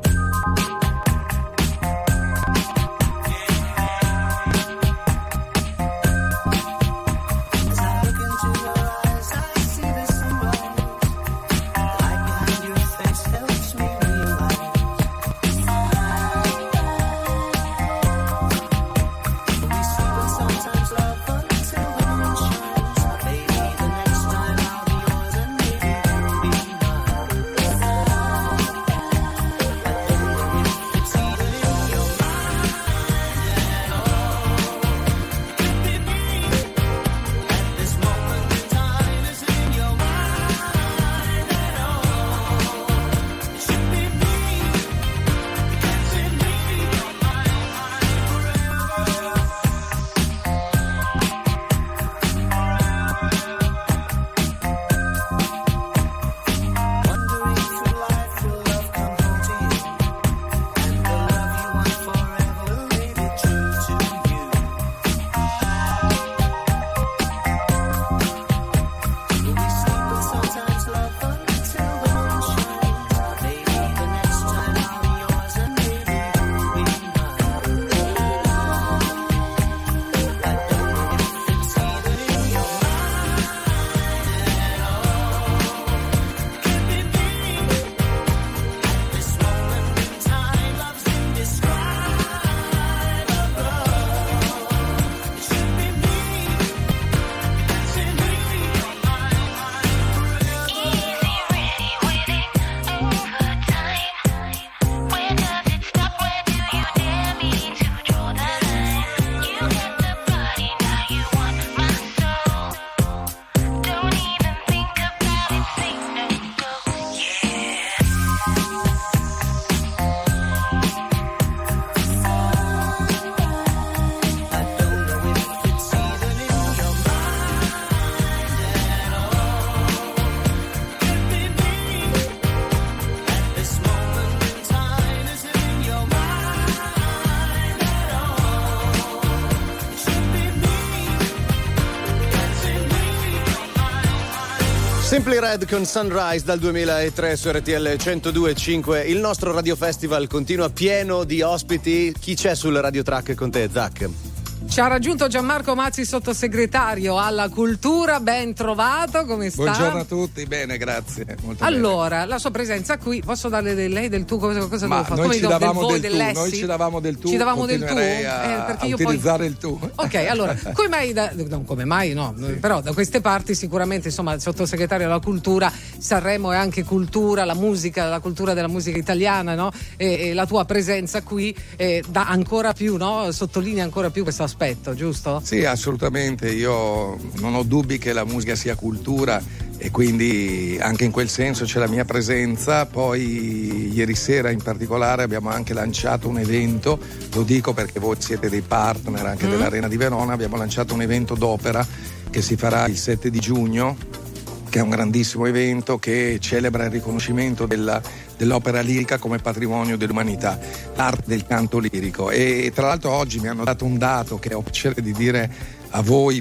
Simply Red con Sunrise dal 2003 su RTL 102.5. Il nostro Radio Festival continua pieno di ospiti. Chi c'è sul Radio Track con te, Zac? Ci ha raggiunto Gianmarco Mazzi, sottosegretario alla cultura, ben trovato, come sta? Buongiorno a tutti, bene, grazie. Molto allora, bene. La sua presenza qui, posso darle del lei, del tu, cosa ma devo fare? Noi ci davamo del tu, dell'essi? noi ci davamo del tu, ci davamo del tu? Perché io utilizzare il tu. Ok, allora, come mai, non come mai, no, però da queste parti sicuramente, insomma, il sottosegretario alla cultura, Sanremo è anche cultura, la musica, la cultura della musica italiana, no? E la tua presenza qui dà ancora più, no? Sottolinea ancora più questo aspetto, giusto? Sì, assolutamente, io non ho dubbi che la musica sia cultura e quindi anche in quel senso c'è la mia presenza. Poi ieri sera in particolare abbiamo anche lanciato un evento, lo dico perché voi siete dei partner anche dell'Arena di Verona, abbiamo lanciato un evento d'opera che si farà il 7 di giugno, che è un grandissimo evento che celebra il riconoscimento dell'opera lirica come patrimonio dell'umanità, l'arte del canto lirico. E tra l'altro oggi mi hanno dato un dato che ho piacere di dire a voi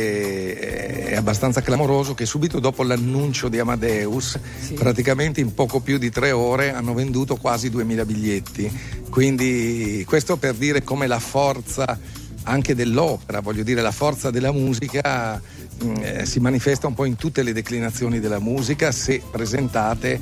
perché è abbastanza clamoroso, che subito dopo l'annuncio di Amadeus, praticamente in poco più di 3 ore hanno venduto quasi 2000 biglietti. Quindi questo per dire come la forza anche dell'opera, voglio dire, la forza della musica si manifesta un po' in tutte le declinazioni della musica se presentate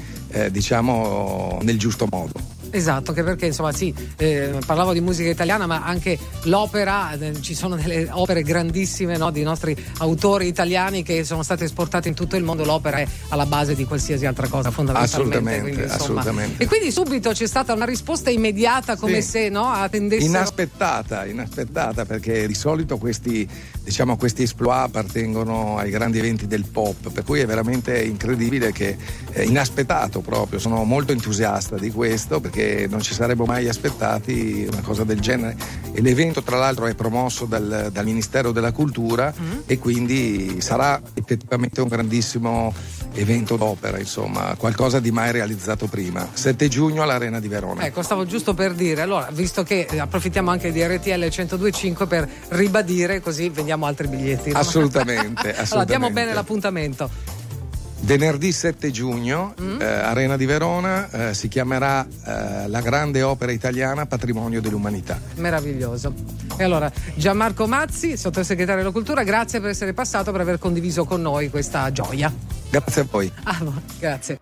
diciamo nel giusto modo. Esatto, che perché insomma sì, parlavo di musica italiana, ma anche l'opera, ci sono delle opere grandissime, no, di nostri autori italiani che sono state esportate in tutto il mondo. L'opera è alla base di qualsiasi altra cosa, fondamentalmente. Assolutamente, quindi, insomma, assolutamente. E quindi subito c'è stata una risposta immediata, come se no attendessero. Inaspettata, perché di solito questi exploit appartengono ai grandi eventi del pop, per cui è veramente incredibile che inaspettato proprio. Sono molto entusiasta di questo perché non ci saremmo mai aspettati una cosa del genere, e l'evento tra l'altro è promosso dal Ministero della Cultura e quindi sarà effettivamente un grandissimo evento d'opera, insomma, qualcosa di mai realizzato prima. 7 giugno all'Arena di Verona. Ecco, stavo giusto per dire, allora, visto che approfittiamo anche di RTL 102.5 per ribadire, così vendiamo altri biglietti, no? Assolutamente. Allora, diamo bene l'appuntamento. Venerdì 7 giugno, Arena di Verona, si chiamerà La grande opera italiana, patrimonio dell'umanità. Meraviglioso. E allora, Gianmarco Mazzi, sottosegretario della Cultura, grazie per essere passato, per aver condiviso con noi questa gioia. Grazie a voi. Grazie.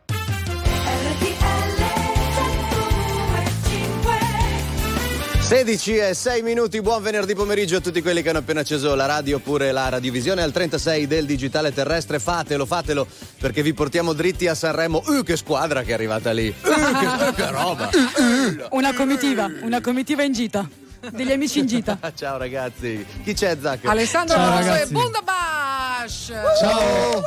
16:06, buon venerdì pomeriggio a tutti quelli che hanno appena acceso la radio oppure la radiovisione al 36 del digitale terrestre. Fatelo, perché vi portiamo dritti a Sanremo. Che squadra che è arrivata lì! Che roba! Una comitiva in gita, degli amici in gita. Ciao ragazzi, chi c'è, Zac? Alessandro Rosso e Bundabash! Ciao!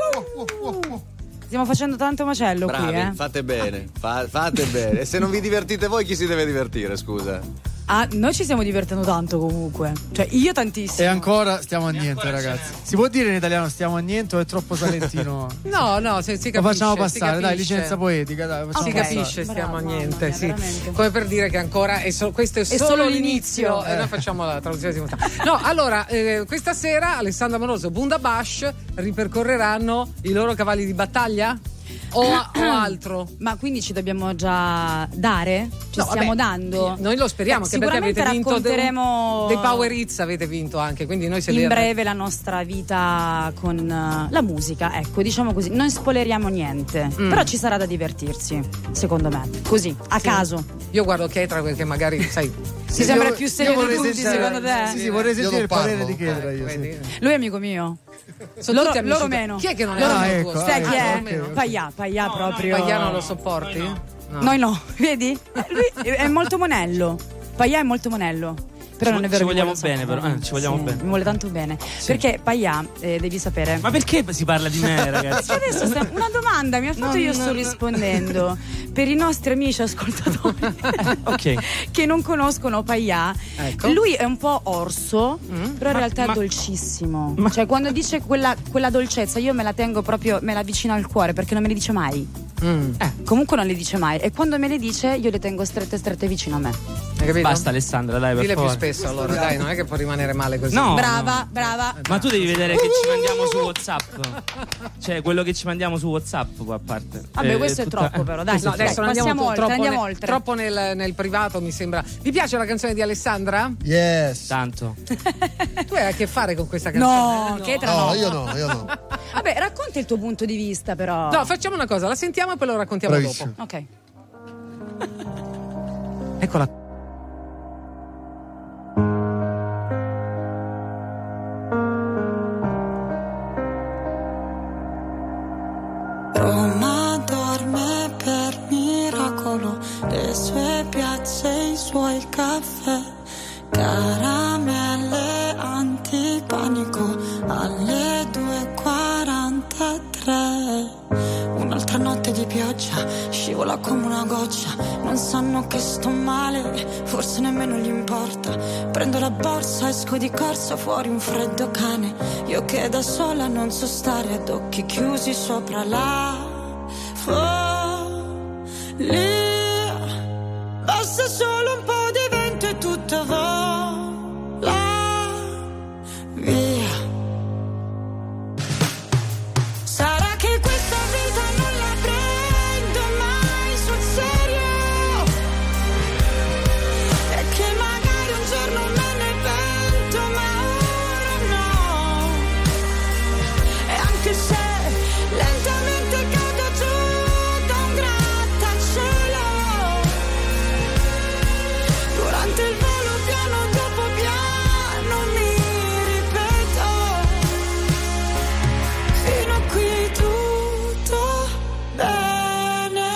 Stiamo facendo tanto macello. Bravi, qui, fate bene, fate bene. E se non vi divertite voi, chi si deve divertire, scusa? Noi ci stiamo divertendo tanto comunque. Cioè, io tantissimo. E ancora stiamo a niente, ragazzi. Si può dire in italiano stiamo a niente o è troppo salentino? No, si capisce. Lo facciamo passare, dai, licenza poetica, dai. Si capisce, stiamo a niente, sì. Come per dire che ancora questo è solo l'inizio. E noi facciamo la traduzione simultanea. No, allora, questa sera Alessandro Amoroso e Bundabash ripercorreranno i loro cavalli di battaglia? O altro? Ma quindi ci dobbiamo già dare? Stiamo dando? Noi lo speriamo, che perché avete vinto racconteremo dei Power Hits, avete vinto anche, quindi noi in breve la nostra vita con la musica, ecco, diciamo così, non spoileriamo niente, però ci sarà da divertirsi, secondo me, così, a caso. Io guardo Chetra perché magari, sai, si sembra più serio di tutti, secondo te? Sì, vorrei sentire il parere di Chetra io. Lui è amico mio. Sono loro meno. Chi è che non è amico tuo? Sai chi è? Paià proprio. Paià non lo sopporti? No. Noi no, vedi? Lui è molto monello. Paià è molto monello. Però non è vero. Ci vogliamo bene, però. Ci vogliamo bene. Mi vuole tanto bene. Sì. Perché Paià, devi sapere. Ma perché si parla di me, ragazzi? Adesso una domanda mi ha fatto, sto rispondendo. Per i nostri amici ascoltatori che non conoscono Paià, ecco. Lui è un po' orso, però in realtà è dolcissimo. Cioè, quando dice quella dolcezza, io me la tengo proprio, me la vicino al cuore, perché non me le dice mai. Comunque non le dice mai. E quando me le dice, io le tengo strette vicino a me. Hai capito? Basta Alessandra, dai, per Dile favore. più spesso allora, dai, non è che può rimanere male così. No. Brava. Ma tu devi vedere che ci mandiamo su WhatsApp. Cioè, quello che ci mandiamo su WhatsApp, poi a parte. Vabbè, questo è troppo, però. Dai, No, adesso dai, andiamo andiamo oltre. Troppo nel privato, mi sembra. Vi piace la canzone di Alessandra? Yes. Tanto. Tu hai a che fare con questa canzone? No, che No, io no. Vabbè, racconta il tuo punto di vista, però. No, facciamo una cosa, la sentiamo e poi lo raccontiamo Bravissimo. dopo. Ok. Eccola. Roma dorme per miracolo, le sue piazze, i suoi caffè, caramelle antipanico alle 2:43. Un'altra notte di pioggia, scivola come una goccia, non sanno che sto male, forse nemmeno gli importa. Prendo la borsa, esco di corsa, fuori un freddo cane, io che da sola non so stare, ad occhi chiusi sopra la follia. Basta solo un po' di vento e tutto vola via. Sarà che questa vita non la prendo mai sul serio, e che magari un giorno me ne pento, ma ora no. E anche se lentamente cado giù da un grattacielo, durante il volo piano dopo piano mi ripeto, fino a qui tutto bene.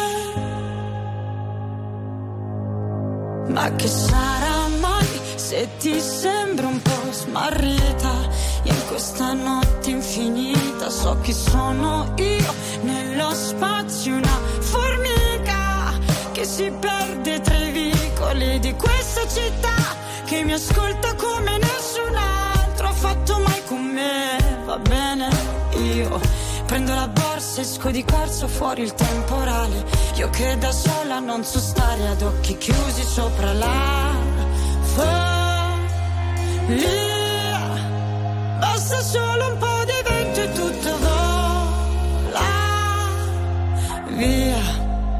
Ma che sarà mai se ti sembra un po' smarrita in questa notte infinita? So chi sono io nello spazio, una formica che si perde tra i vicoli di questa città, che mi ascolta come nessun altro ha fatto mai con me. Va bene, io prendo la borsa, esco di corsa, fuori il temporale, io che da sola non so stare, ad occhi chiusi sopra la follia. Basta solo un po' di vento e tutto vola via.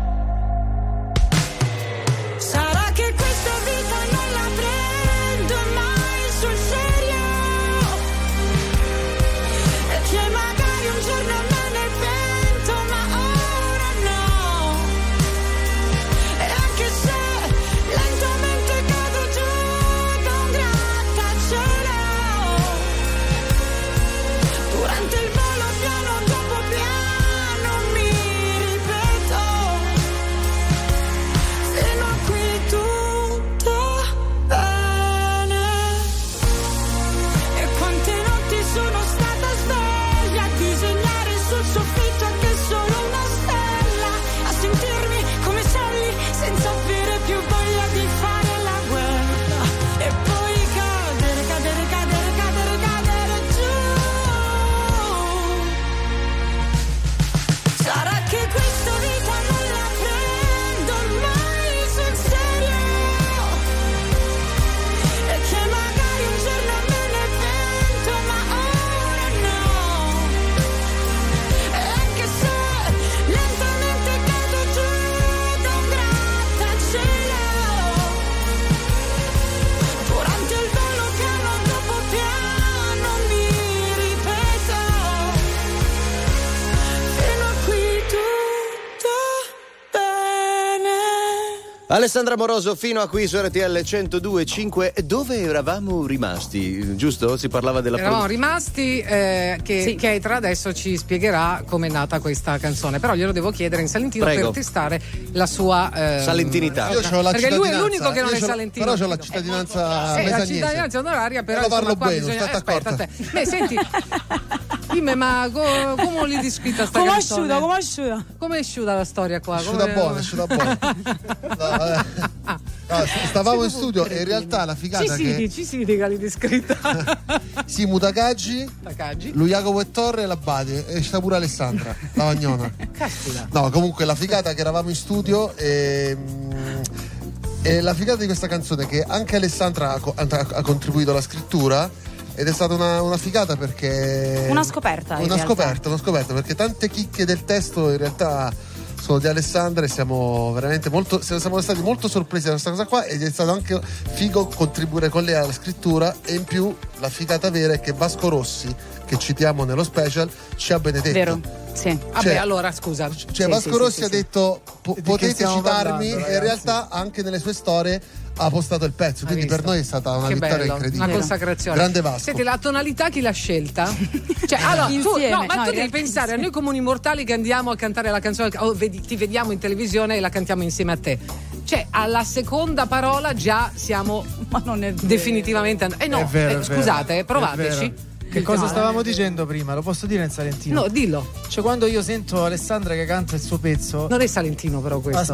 Sarà che questa vita non la prendo mai sul serio, e che magari un giorno me ne pento, ma ora no. E anche se lentamente cado giù da un grattacielo, durante il volo piano dopo piano mi ripeto, fino a qui tutto bene. E quante notti sono stata sveglia a disegnare sul soffitto anche solo una stella, a sentirmi come Sally senza avere più voglia di fare la guerra, e poi cadere giù. Sarà che questa vita non la prendo mai sul serio, e che magari un giorno me ne pento, ma ora no. E anche se lentamente cado giù da un grattacielo, durante il volo piano dopo piano mi ripeto, fino a qui tutto bene. Alessandra Moroso fino a qui su RTL 102.5. Dove eravamo rimasti? Giusto? Si parlava della Eravamo rimasti che Keitra adesso ci spiegherà com'è nata questa canzone, però glielo devo chiedere in salentino. Prego. Per testare la sua salentinità. Io c'ho la perché lui è cittadinanza, l'unico che non è io c'ho- salentino. però c'ho la cittadinanza la mesagnese. cittadinanza onoraria, però Lo parlo insomma, qua bene, bisogna... state aspetta, accorta. aspetta. Beh, senti, dimmi, ma come li descritta sta Come canzone? asciuta? Come è asciuta la storia qua? Asciuta buona. No, stavamo in studio e in realtà la figata che Ci si dica li descritta. Simu Takagi, lui Jacopo e Torre e l'Abate, e sta pure Alessandra, la Vagnona. Caspita. No, comunque la figata che eravamo in studio e E la figata di questa canzone è che anche Alessandra ha contribuito alla scrittura ed è stata una figata perché... Una scoperta perché tante chicche del testo in realtà sono di Alessandra e siamo stati molto sorpresi da questa cosa qua, ed è stato anche figo contribuire con lei alla scrittura. E in più la figata vera è che Vasco Rossi, che citiamo nello special, ci ha benedetto. Vero, sì. Vabbè, allora scusa. Vasco Rossi ha detto potete citarmi, e in realtà anche nelle sue storie ha postato il pezzo, quindi per noi è stata una vittoria incredibile, una consacrazione. Grande Vasco. Senti, la tonalità chi l'ha scelta? Cioè, allora, tu devi pensare a noi comuni mortali che andiamo a cantare la canzone, ti vediamo in televisione e la cantiamo insieme a te. Cioè, alla seconda parola già siamo definitivamente scusate, provateci. Che cosa stavamo dicendo prima? Lo posso dire in salentino? No, dillo. Cioè, quando io sento Alessandra che canta il suo pezzo... Non è salentino però questo.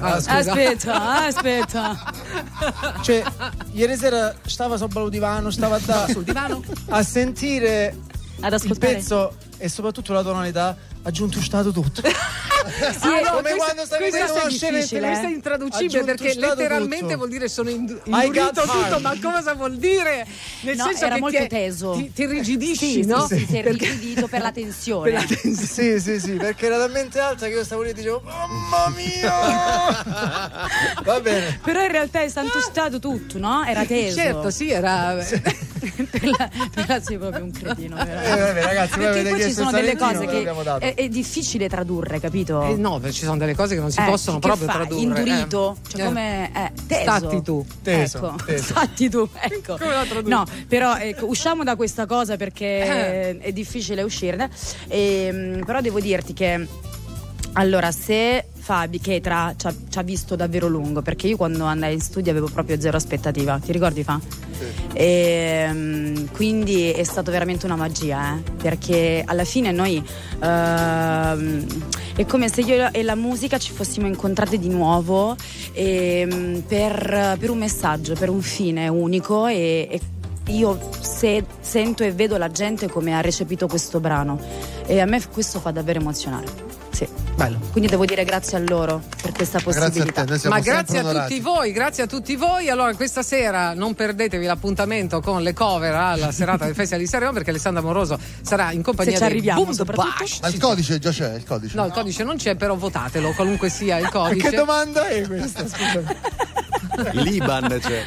Aspetta. Cioè, ieri sera stava sul divano, sul divano a sentire il pezzo e soprattutto la tonalità, ha giustato tutto. Come quando stavi vedendo una scena in televisione. Questo è intraducibile perché letteralmente tutto. Vuol dire sono indurito tutto, ma cosa vuol dire? Nel senso era che molto teso. Ti irrigidisci, no? Sì, si è irrigidito per la tensione. Sì, perché era talmente alta che io stavo lì e dicevo mamma mia. Va bene. Però in realtà è stato tutto, no? Era teso. Certo, sì, era per la sei proprio un cretino. Vabbè, ragazzi, perché poi ci sono delle cose che è difficile tradurre, capito? No, ci sono delle cose che non si possono proprio tradurre. Indurito, cioè come teso. Statti tu. Teso. Statti tu, ecco. No, però usciamo da questa cosa perché è difficile uscirne. Però devo dirti che allora, se Fabi che ci ha visto davvero lungo, perché io quando andai in studio avevo proprio zero aspettativa, ti ricordi Fa? Sì. Quindi è stato veramente una magia, perché alla fine noi è come se io e la musica ci fossimo incontrate di nuovo per un messaggio, per un fine unico, e io sento e vedo la gente come ha recepito questo brano, e a me questo fa davvero emozionare. Sì, bello. Quindi devo dire grazie a loro per questa possibilità. Ma grazie a tutti voi. Allora, questa sera non perdetevi l'appuntamento con le cover alla serata del Festival di Sanremo, perché Alessandra Moroso sarà in compagnia di Boom Bash. Ma il codice già c'è, il codice? No, il codice non c'è, però votatelo, qualunque sia il codice. Che domanda è questa? Scusami. L'Iban c'è.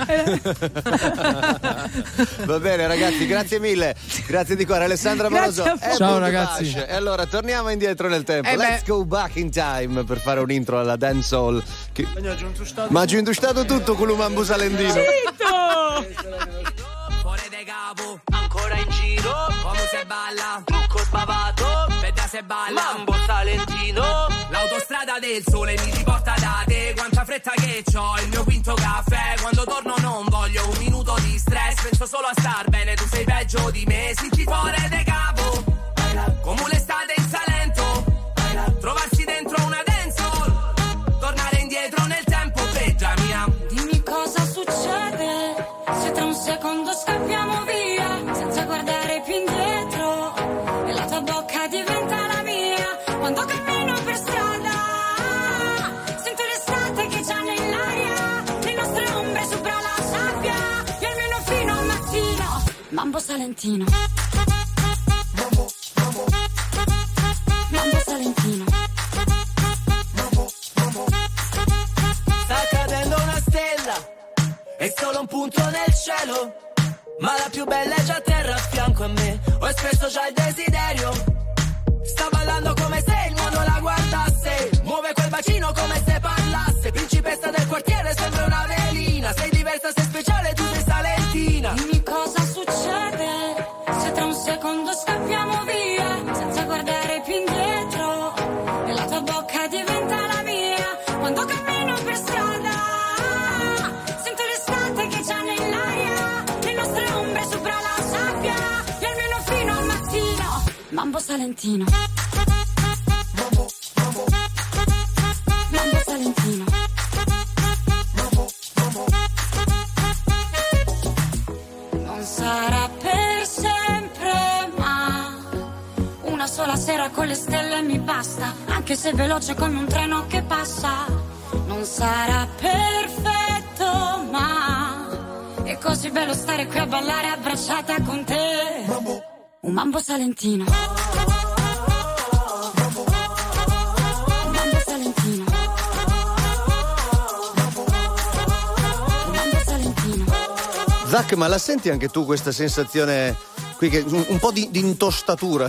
Va bene ragazzi, grazie mille. Grazie di cuore Alessandra Moroso. Ciao ragazzi. Bash. E allora torniamo indietro nel tempo. Let's go back in time per fare un intro alla dancehall. Ma ha giunto tutto con l'Umambu Salentino. Fuori de capo, ancora in giro, come se balla, trucco spavato, veda se balla, Mambo Salentino. L'autostrada del sole mi riporta da te, quanta fretta che c'ho, il mio quinto caffè. Quando torno non voglio un minuto di stress, penso solo a star bene, tu sei peggio di me. Sinci fuori de capo, come l'estate in Salento, trovarsi dentro una dancehall, tornare indietro nel tempo, peggia mia. Dimmi cosa succede, se tra un secondo scappiamo via, senza guardare più indietro, e la tua bocca diventa la mia. Quando cammino per strada, sento l'estate che già nell'aria, le nostre ombre sopra la sabbia, e almeno fino al mattino. Mambo Salentino. Mambo Salentino. Sta cadendo una stella, è solo un punto nel cielo, ma la più bella è già a terra a fianco a me. Ho espresso già il desiderio, sta ballando come se il mondo la guardasse, muove quel bacino come se parlasse. Principessa del quartiere, sembra una velina, sei diversa, sei speciale, tu sei salentina. Dimmi cosa succede, se tra un secondo scappiamo via, senza guardare più indietro, e la tua bocca diventa la mia. Quando cammino per strada, sento l'estate che già nell'aria, le nostre ombre sopra la sabbia, e almeno fino al mattino. Mambo Salentino. Mambo Salentino. Non sarà per sempre, ma una sola sera con le stelle mi basta, anche se veloce come un treno che passa. Non sarà perfetta, fatto, ma è così bello stare qui a ballare abbracciata con te. Un mambo salentino. Zac, ma la senti anche tu questa sensazione qui che un po' di intostatura?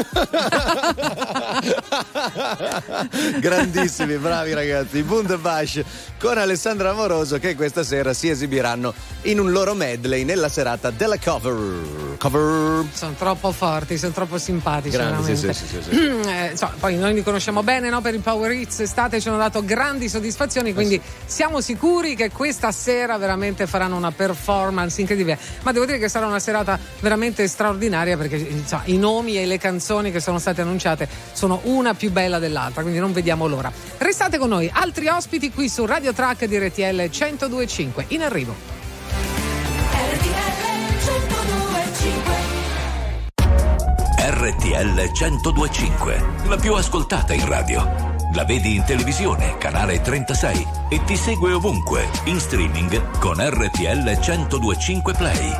Grandissimi, bravi ragazzi. Bundebash con Alessandra Amoroso, che questa sera si esibiranno in un loro medley nella serata della cover. Sono troppo forti, sono troppo simpatici. Grandi, sì. Poi noi li conosciamo bene, no? Per il Power Hits estate ci hanno dato grandi soddisfazioni, quindi siamo sicuri che questa sera veramente faranno una performance incredibile. Ma devo dire che sarà una serata veramente straordinaria, perché i nomi e le canzoni che sono state annunciate sono una più bella dell'altra, quindi non vediamo l'ora. Restate con noi, altri ospiti qui su Radio Track di RTL 102.5 in arrivo. RTL 102.5, la più ascoltata in radio. La vedi in televisione, canale 36, e ti segue ovunque, in streaming con RTL 102.5 Play.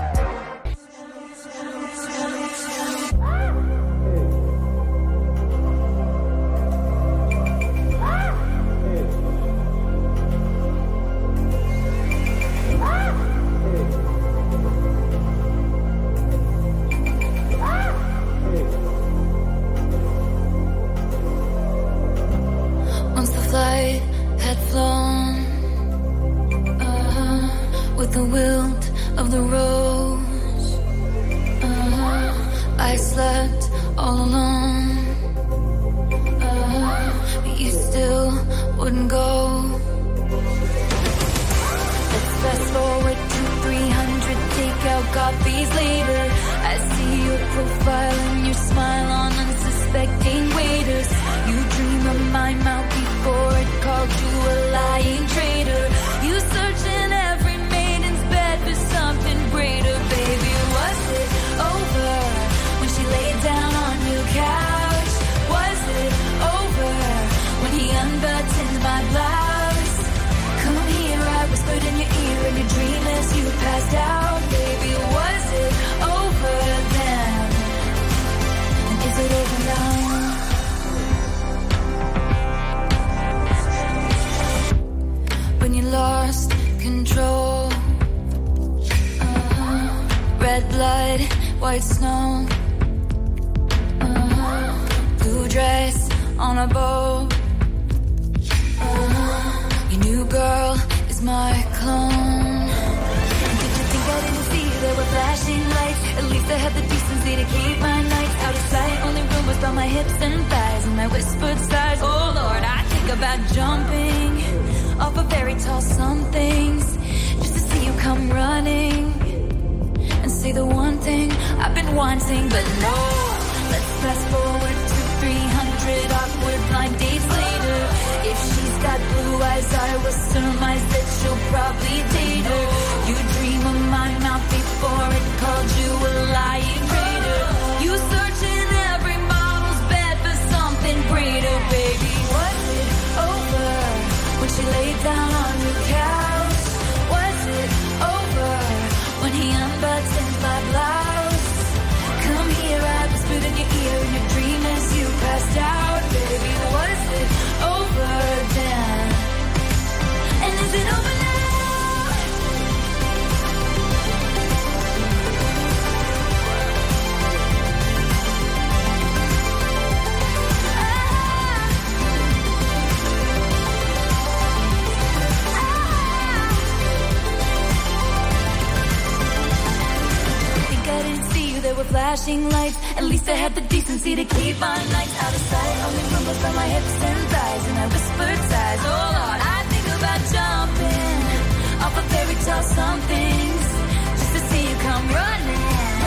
Flashing lights, at least I had the decency to keep my nights out of sight. Only rumbles by my hips and thighs, and I whispered sighs. Oh Lord, I think about jumping off a fairy tale somethings, just to see you come running,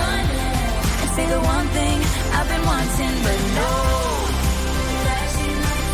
and say the one thing I've been wanting, but no. Flashing lights.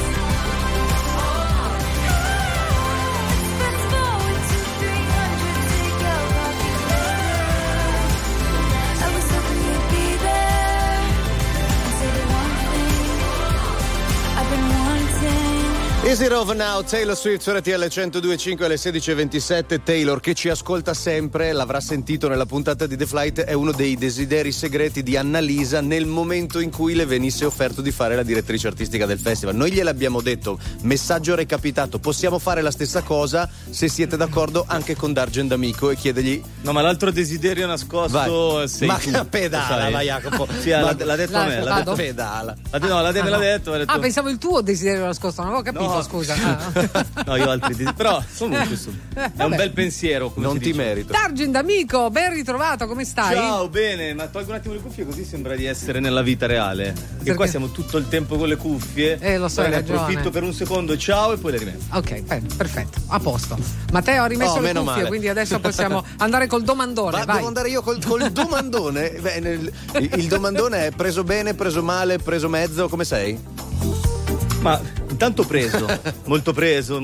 Let's forward to 300, take out Rocky Road. I was hoping you'd be there and say the one thing I've been wanting. Easy Love Now, Taylor Swift su RTL 102.5 alle 16.27. Taylor, che ci ascolta sempre, l'avrà sentito nella puntata di The Flight, è uno dei desideri segreti di Annalisa nel momento in cui le venisse offerto di fare la direttrice artistica del festival. Noi gliel'abbiamo detto, messaggio recapitato, possiamo fare la stessa cosa se siete d'accordo anche con Dargen D'Amico, e chiedergli... No, ma l'altro desiderio nascosto sei ma tu, pedala, vai Jacopo. Sì, l'ha detto a me, l'ha detto pedala. Me l'ha detto. Ah, pensavo il tuo desiderio nascosto, non avevo capito. No. Scusa. No, io ho altri desideri. Però comunque è un bel pensiero. Come non ti merito. Dargen D'Amico, ben ritrovato, come stai? Ciao, bene, ma tolgo un attimo le cuffie così sembra di essere nella vita reale. Perché qua siamo tutto il tempo con le cuffie. Lo so, hai ragione. Approfitto per un secondo, ciao, e poi le rimetto. Ok, bene, perfetto, a posto. Matteo ha rimesso le cuffie, male. quindi adesso possiamo andare col domandone. Vai. Devo andare io col domandone? Il domandone è preso bene, preso male, preso mezzo, come sei? Ma intanto molto preso.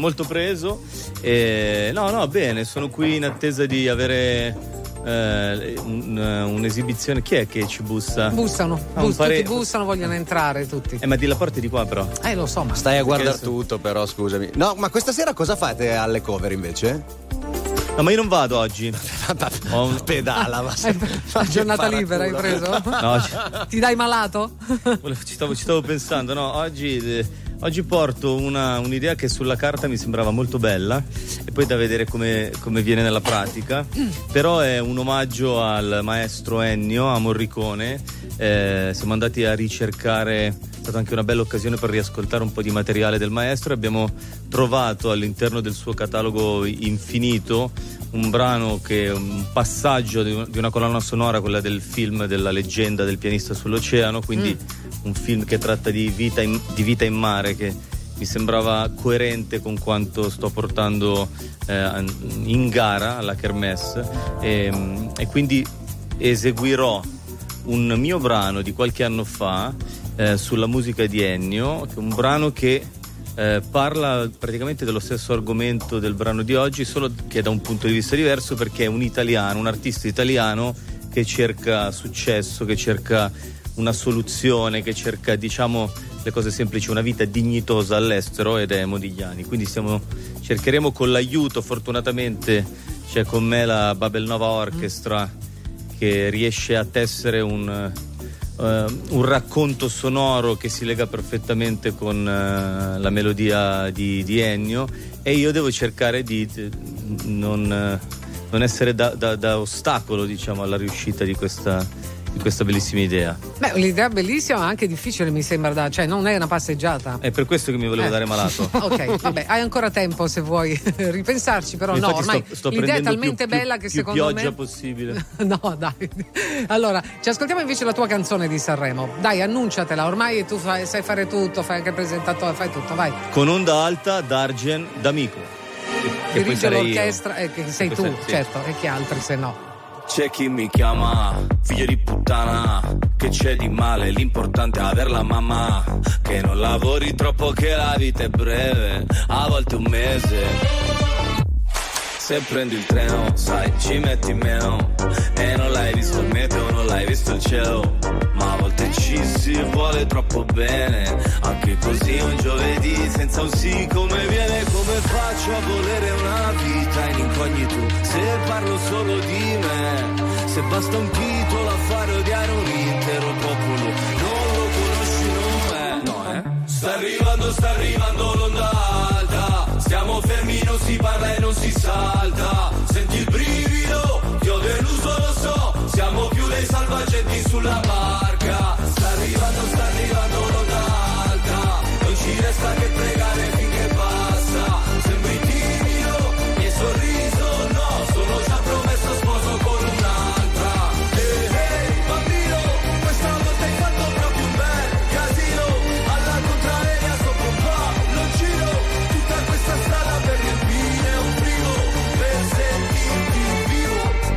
No, bene, sono qui in attesa di avere un'esibizione. Chi è che ci bussa? Bussano, tutti bussano, vogliono entrare tutti. Ma di la porta di qua però. Lo so, ma stai a guardare tutto, però scusami. No, ma questa sera cosa fate alle cover invece? No, ma io non vado oggi. Ho un pedala, ma la giornata libera hai preso? No, ti dai malato? Ci stavo pensando, no, oggi porto un'idea che sulla carta mi sembrava molto bella e poi da vedere come viene nella pratica. Però è un omaggio al maestro Ennio, a Morricone. Siamo andati a ricercare, è stata anche una bella occasione per riascoltare un po' di materiale del maestro, e abbiamo trovato all'interno del suo catalogo infinito un brano che è un passaggio di una colonna sonora, quella del film della leggenda del pianista sull'oceano, quindi un film che tratta di vita in mare, che mi sembrava coerente con quanto sto portando in gara alla Kermesse, e quindi eseguirò un mio brano di qualche anno fa sulla musica di Ennio, che è un brano che parla praticamente dello stesso argomento del brano di oggi, solo che da un punto di vista diverso, perché è un artista italiano che cerca successo, che cerca una soluzione, che cerca, diciamo, le cose semplici, una vita dignitosa all'estero, ed è Modigliani. Quindi cercheremo, con l'aiuto, fortunatamente c'è con me la Babel Nova Orchestra, che riesce a tessere un racconto sonoro che si lega perfettamente con la melodia di Ennio, e io devo cercare di non essere da ostacolo, diciamo, alla riuscita di questa bellissima idea. Beh, l'idea bellissima, ma anche difficile, mi sembra, cioè non è una passeggiata. È per questo che mi volevo dare malato. Ok, vabbè, hai ancora tempo se vuoi ripensarci, però infatti no, ormai sto l'idea è talmente bella che più secondo me pioggia possibile. No, dai. Allora, ci ascoltiamo invece la tua canzone di Sanremo. Dai, annunciatela, ormai tu sai fare tutto, fai anche il presentatore, fai tutto, vai. Con Onda Alta, Dargen D'Amico. Dirige l'orchestra, che sei tu, sì. certo, e chi altri se no. C'è chi mi chiama figlio di puttana, che c'è di male, l'importante è aver la mamma, che non lavori troppo, che la vita è breve, a volte un mese. Se prendi il treno, sai, ci metti meno, e non l'hai visto il meteo, non l'hai visto il cielo, ma a volte ci si vuole troppo bene, anche così un giovedì senza un sì come viene. Come faccio a volere una vita in incognito se parlo solo di me, se basta un titolo a fare odiare un intero popolo, non lo conosci, no, Sta arrivando l'onda alta, stiamo fermi, non si parla e non si salta, senti il brivido, ti ho deluso, lo so, siamo più dei salvagenti sulla barca. Sta arrivando l'onda alta, non ci resta che pregare finché passa, sembri timido, mi hai sorriso, no, sono già promesso sposo con un'altra. Ehi, bambino, questa volta hai fatto proprio un bel casino, alla contraria sopra un po' lo giro, tutta questa strada per riempire un frigo, per sentirti vivo.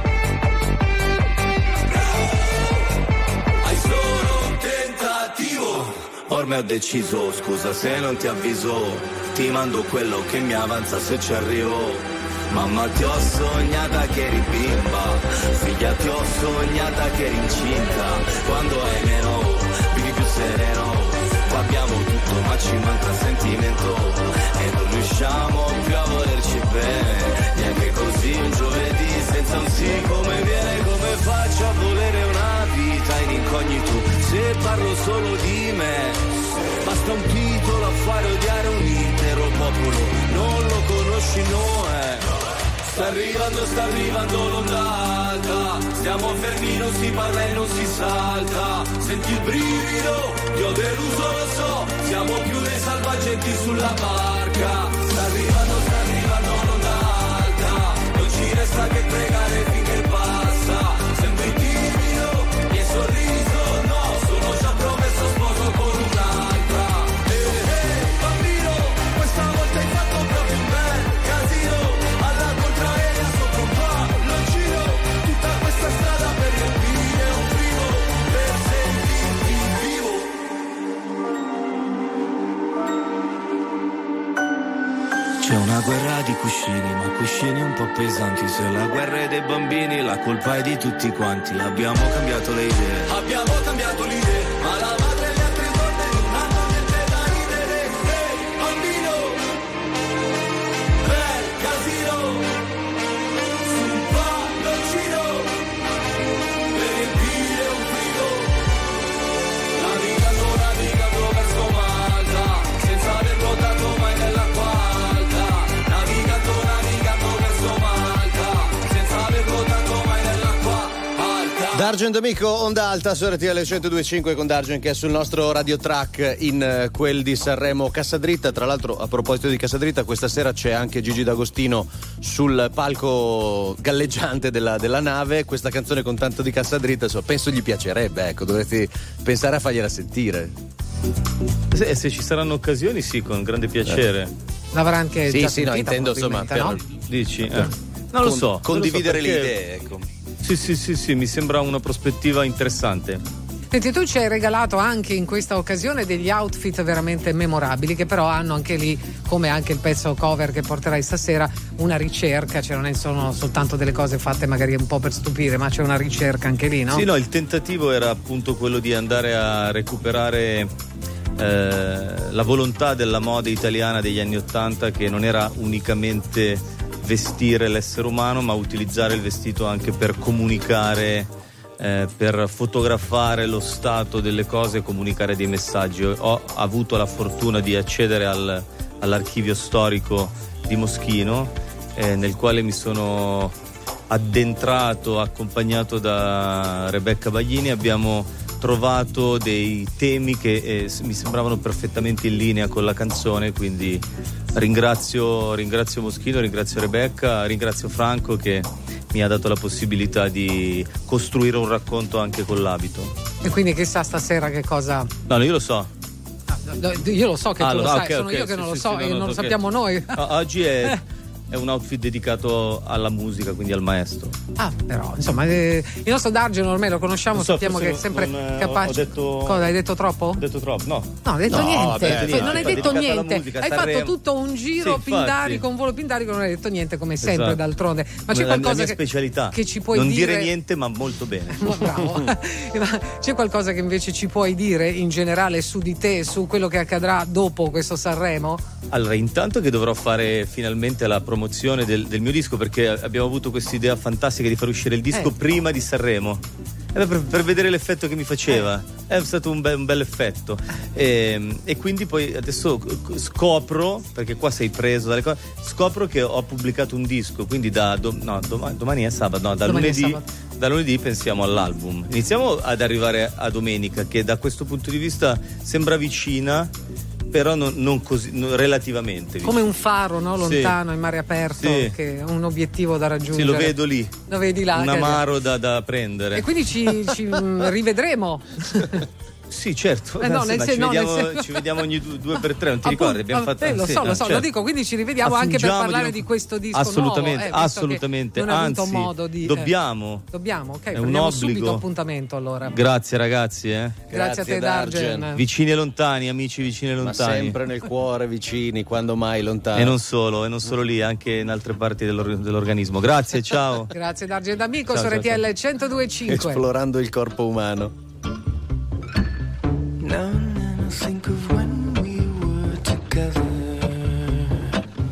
Hai solo un tentativo. Ormai ho deciso, scusa se non ti avviso, ti mando quello che mi avanza se ci arrivo. Mamma ti ho sognata che eri bimba, figlia ti ho sognata che eri incinta, quando hai meno vivi più sereno, qua abbiamo tutto ma ci manca sentimento, e riusciamo più a volerci bene. Neanche così un giovedì senza un sì come viene. Come faccio a volere una vita in incognito se parlo solo di me? Basta un titolo a fare odiare un intero popolo. Non lo conosci, no, Sta arrivando l'onda alta. Stiamo fermi, non si parla e non si salta. Senti il brivido, ti ho deluso, lo so. Siamo più dei salvagenti sulla barca. Sta arrivando l'onda alta. Non ci resta che pregare finché passa. Sembri timido, mi hai sorriso, no. Sono già promesso sposo con un'altra. Bambino, questa volta hai fatto proprio un bel casino. Alla contraerea sopra un palloncino. Tutta questa strada per riempire un frigo, per sentirti vivo. C'è una guerra di cuscini, ma cuscini un po' pesanti. Se la guerra è dei bambini, la colpa è di tutti quanti. Abbiamo cambiato le idee, ma la madre e gli altri donne non hanno niente da ridere. Bambino, bel casino, su un palloncino, per riempire un frigo. Navigando verso Malta, senza aver nuotato mai nell'acqua alta. Navigando verso Malta, senza aver nuotato mai nell'acqua alta. D'Argent Amico, onda alta su RTL 102.5 con D'Argent che è sul nostro radio track in quel di Sanremo Cassadritta. Tra l'altro, a proposito di Cassadritta, questa sera c'è anche Gigi D'Agostino sul palco galleggiante della nave. Questa canzone con tanto di Cassadritta, insomma, penso gli piacerebbe, ecco, dovresti pensare a fargliela sentire. Se ci saranno occasioni, sì, con grande piacere. L'avrà anche già Sì, no, intendo, insomma, no? Dici? Non lo so. Condividere non lo so, le idee, ecco. Sì, mi sembra una prospettiva interessante. Senti, tu ci hai regalato anche in questa occasione degli outfit veramente memorabili, che però hanno anche lì, come anche il pezzo cover che porterai stasera, una ricerca, cioè non sono soltanto delle cose fatte magari un po' per stupire, ma c'è una ricerca anche lì, no? Sì, no, il tentativo era appunto quello di andare a recuperare la volontà della moda italiana degli anni '80, che non era unicamente vestire l'essere umano, ma utilizzare il vestito anche per comunicare, per fotografare lo stato delle cose e comunicare dei messaggi. Ho avuto la fortuna di accedere all'archivio storico di Moschino, nel quale mi sono addentrato, accompagnato da Rebecca Baglini. Abbiamo trovato dei temi che mi sembravano perfettamente in linea con la canzone, quindi ringrazio Moschino, ringrazio Rebecca, ringrazio Franco che mi ha dato la possibilità di costruire un racconto anche con l'abito. E quindi chissà stasera che cosa... No, io lo so. Io lo so che tu lo sai, sono okay, io che sì, non lo sì, so sì, e non lo okay. sappiamo noi. Oggi è un outfit dedicato alla musica, quindi al maestro. Ah, però, insomma, il nostro D'Argent ormai lo conosciamo, sappiamo che è sempre capace. Cosa, hai detto troppo? Ho detto troppo, no. No, hai detto niente. Vabbè, non hai detto niente. Musica, hai fatto tutto un giro pindarico, un volo pindarico, non hai detto niente, come sempre, esatto. D'altronde. Ma c'è qualcosa la mia specialità. Che ci puoi non dire niente, ma molto bene. Bravo. C'è qualcosa che invece ci puoi dire in generale su di te, su quello che accadrà dopo questo Sanremo? Allora, intanto che dovrò fare finalmente la promozione del mio disco, perché abbiamo avuto questa idea fantastica di far uscire il disco prima di Sanremo. Per vedere l'effetto che mi faceva. È stato un bel effetto. E quindi poi adesso scopro, perché qua sei preso dalle cose, scopro che ho pubblicato un disco, quindi domani è sabato, da lunedì pensiamo all'album. Iniziamo ad arrivare a domenica, che da questo punto di vista sembra vicina, però non così, relativamente come un faro, no? Lontano, in mare aperto, sì. Che è un obiettivo da raggiungere. Sì, lo vedo lì. Lo vedi là. Un amaro da prendere. E quindi ci rivedremo. Sì, certo. Ci vediamo ogni 2 per 3, non ti ricordi? Abbiamo fatto lo so, certo. lo dico, quindi ci rivediamo anche per parlare di questo disco assolutamente, nuovo. Assolutamente, non anzi, avuto modo di, dobbiamo, ok, è prendiamo un subito appuntamento allora. Grazie ragazzi, Grazie a te D'Argent. Vicini e lontani, amici vicini e lontani. Ma sempre nel cuore, vicini, quando mai lontani. E non solo lì, anche in altre parti dell'organismo. Grazie, ciao. Grazie D'Argent Amico, ciao, su RTL 102.5. Esplorando il corpo umano. Now and then I think of when we were together.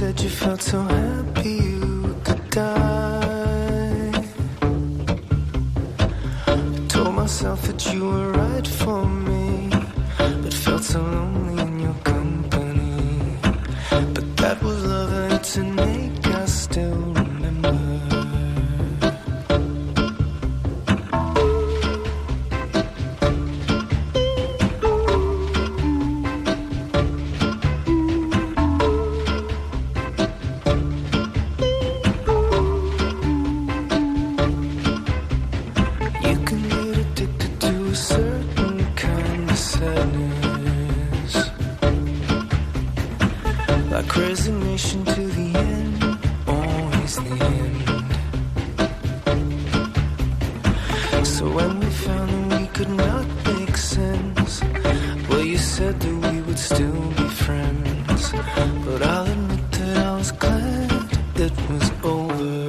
said you felt so happy you could die. I told myself that you were right for me, but felt so lonely in your company. But that was love and it's an ache I still remember. Resignation to the end, always the end. So when we found that we could not make sense, well, you said that we would still be friends. But I'll admit that I was glad it was over.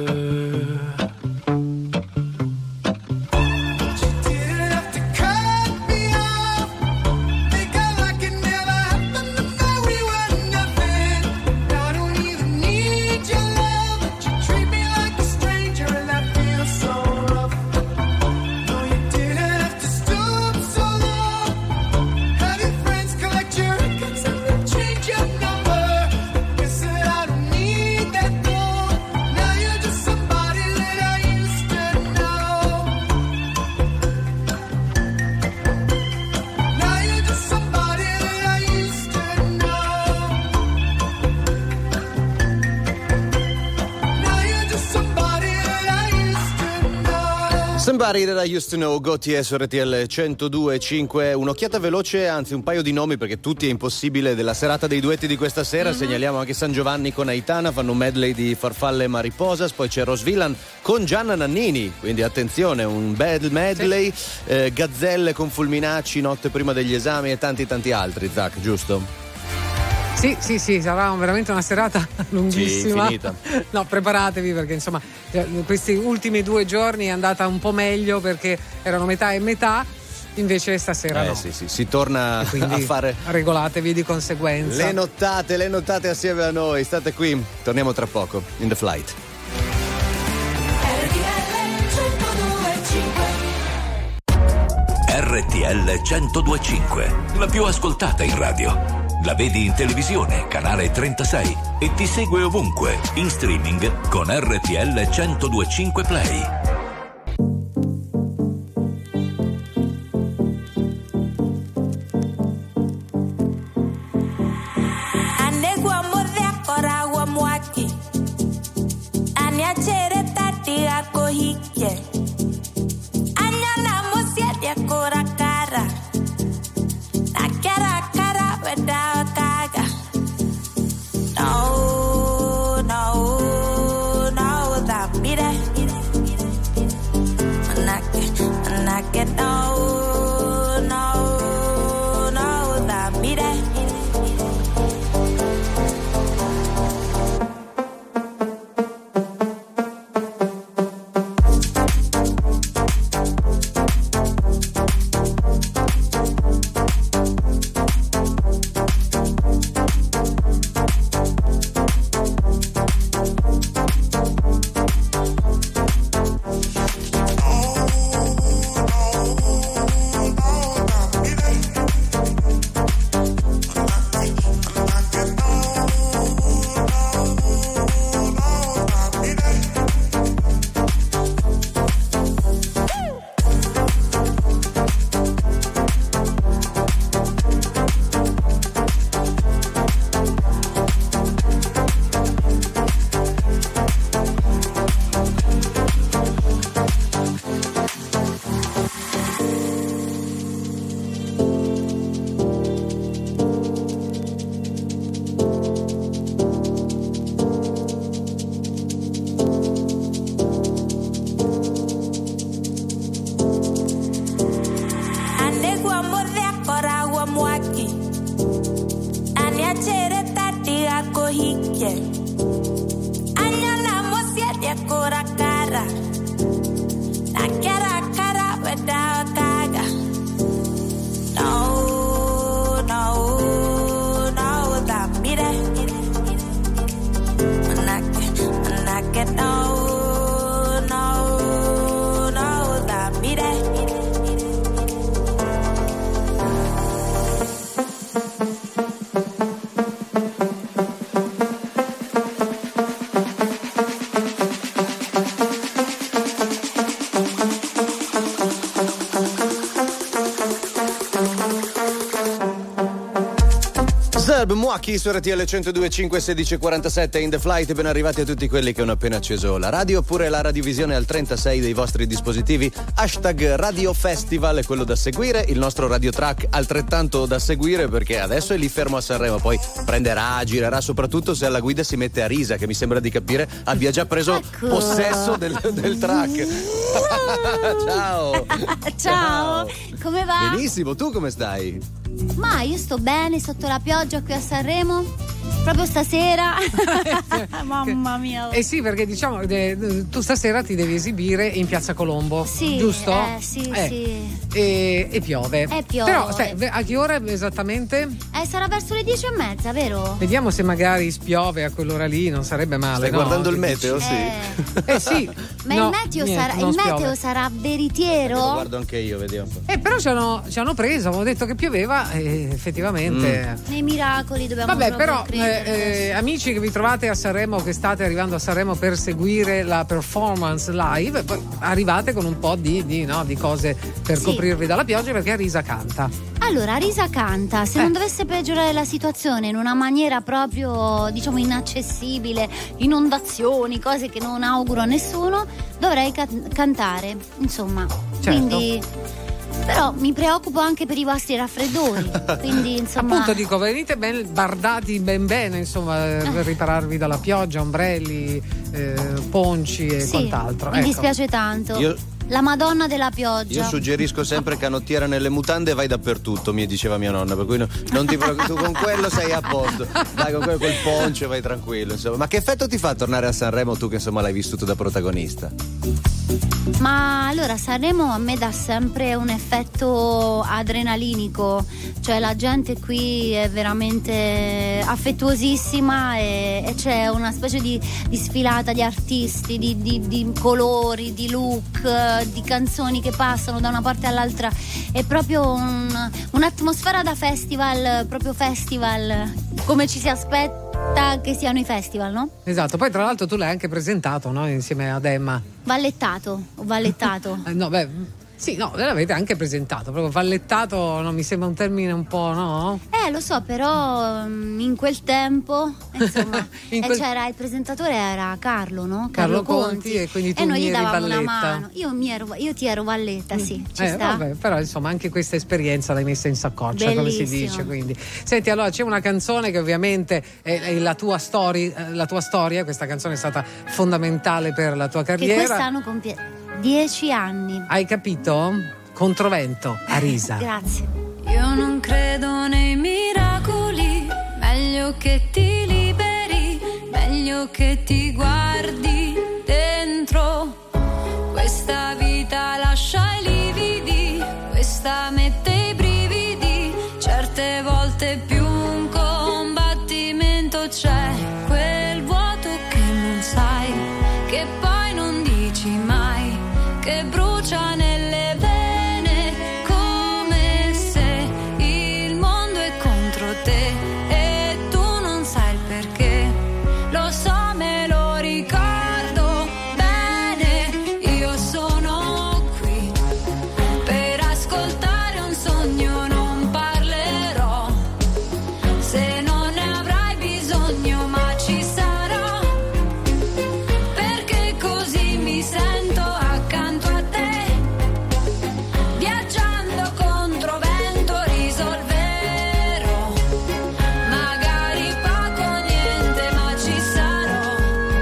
Somebody That I Used to Know, Gotti su RTL 102.5. Un'occhiata veloce, anzi un paio di nomi perché tutti è impossibile, della serata dei duetti di questa sera. Segnaliamo anche San Giovanni con Aitana, fanno un medley di Farfalle e Mariposas, poi c'è Rose Villain con Gianna Nannini, quindi attenzione, un bel medley, sì. Gazzelle con Fulminacci, Notte prima degli esami e tanti altri, Zac, giusto? Sì, sarà veramente una serata lunghissima. Sì, finita. No, preparatevi perché insomma questi ultimi 2 giorni è andata un po' meglio perché erano metà e metà, invece stasera no. Sì, si torna a fare. Regolatevi di conseguenza. Le nottate assieme a noi, state qui, torniamo tra poco, in the flight. RTL 102.5, la più ascoltata in radio. La vedi in televisione, canale 36 e ti segue ovunque, in streaming con RTL 102.5 Play. Moacchi su RTL 102.5 16:47 in the flight. Ben arrivati a tutti quelli che hanno appena acceso la radio oppure la radiovisione al 36 dei vostri dispositivi. Hashtag Radio Festival è quello da seguire, il nostro Radio Track altrettanto da seguire, perché adesso è lì fermo a Sanremo, poi prenderà, girerà, soprattutto se alla guida si mette Arisa, che mi sembra di capire abbia già preso possesso del track. Ciao. Ciao, come va? Benissimo, tu come stai? Ma io sto bene sotto la pioggia qui a Sanremo, proprio stasera. Mamma mia. Sì, perché diciamo tu stasera ti devi esibire in Piazza Colombo, sì, giusto? Sì. E piove. Piove. Però a che ora esattamente? Sarà verso le 10:30, vero? Vediamo se magari spiove a quell'ora lì, non sarebbe male. Stai guardando il meteo? Sì. Ma no, il meteo sarà veritiero? Lo guardo anche io, vediamo. Però ci hanno preso, avevo detto che pioveva e effettivamente. Nei miracoli dobbiamo però credere. amici che vi trovate a Sanremo, che state arrivando a Sanremo per seguire la performance live, poi arrivate con un po' di cose per coprirvi dalla pioggia, perché Arisa canta. Allora, Arisa canta, se non dovesse peggiorare la situazione in una maniera proprio, diciamo, inaccessibile, inondazioni, cose che non auguro a nessuno, dovrei cantare, insomma. Certo. Quindi però mi preoccupo anche per i vostri raffreddori, quindi insomma. Appunto dico, venite ben bardati ben bene, insomma, per ripararvi dalla pioggia, ombrelli, ponci e quant'altro. Mi dispiace tanto. La Madonna della pioggia. Io suggerisco sempre canottiera nelle mutande e vai dappertutto, mi diceva mia nonna, per cui non ti preoccupare, tu con quello sei a posto. Vai con quello, col poncio, vai tranquillo, insomma. Ma che effetto ti fa tornare a Sanremo, tu che insomma l'hai vissuto da protagonista? Ma allora, Sanremo a me dà sempre un effetto adrenalinico, cioè la gente qui è veramente affettuosissima e c'è una specie di sfilata di artisti, di colori, di look, di canzoni che passano da una parte all'altra. È proprio un'atmosfera da festival, proprio festival, come ci si aspetta che siano i festival, no? Esatto, poi tra l'altro tu l'hai anche presentato, no? Insieme ad Emma. Vallettato. No, sì, no, l'avete anche presentato, proprio vallettato, no, mi sembra un termine un po', no? Lo so, però in quel tempo, insomma, c'era il presentatore, era Carlo, no? Carlo Conti, e quindi tu noi mi gli eri davamo Valletta. una mano. Io ti ero Valletta, sì, ci sta. Vabbè, però insomma anche questa esperienza l'hai messa in saccoccia, bellissimo, come si dice, quindi. Senti, allora c'è una canzone che ovviamente è la tua storia, questa canzone è stata fondamentale per la tua carriera. Che quest'anno compie 10 anni. Hai capito? Controvento, Arisa. Grazie. Io non credo nei miracoli, meglio che ti liberi, meglio che ti guardi dentro. Questa vita lascia i lividi, questa mette i brividi, certe volte più un combattimento c'è, quel vuoto che non sai, che poi non dici mai, che brucia nelle vene, come se il mondo è contro te e tu non sai il perché. Lo so, me lo ricordo bene, io sono qui per ascoltare un sogno, non parlerò se non ne avrai bisogno, ma ci sarò, perché così mi sento accanto a te, viaggiando contro vento risolverò, magari poco niente, ma ci sarò,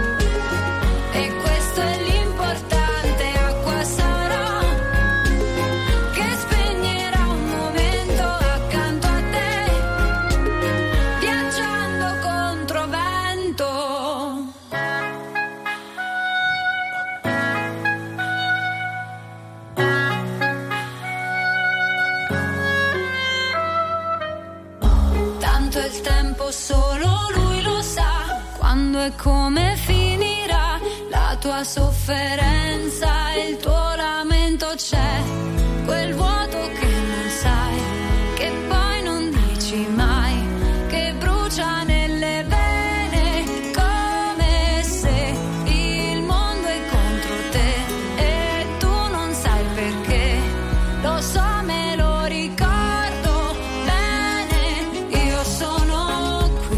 e questo è l'importante, acqua sarò, che spegnerà un momento accanto a te, viaggiando contro vento. Tanto il tempo solo lui lo sa, quando e come finirà la tua sofferenza, il tuo lamento c'è, quel vuoto che non sai, che poi non dici mai, che brucia nelle vene, come se il mondo è contro te e tu non sai perché. Lo so, me lo ricordo bene, io sono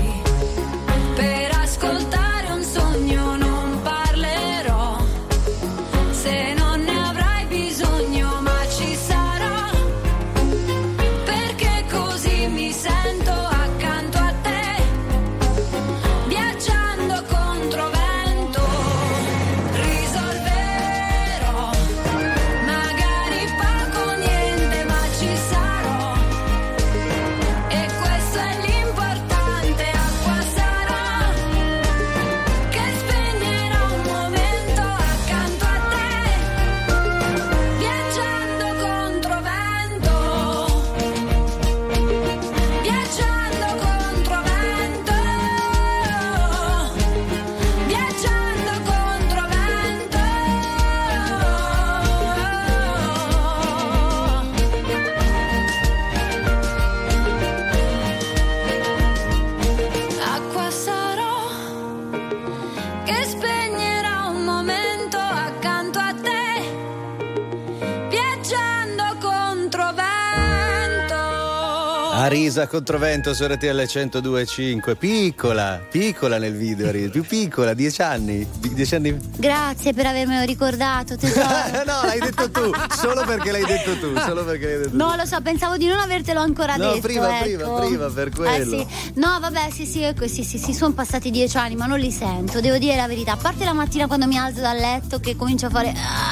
Arisa Controvento su RTL 102.5. Piccola nel video, Arisa, più piccola, 10 anni. 10 anni. Grazie per avermelo ricordato, tesoro. No, l'hai detto tu, solo perché l'hai detto tu. No, lo so, pensavo di non avertelo ancora detto. Prima, per quello. Sì. No, vabbè, sì, sono passati 10 anni, ma non li sento, devo dire la verità. A parte la mattina quando mi alzo dal letto che comincio a fare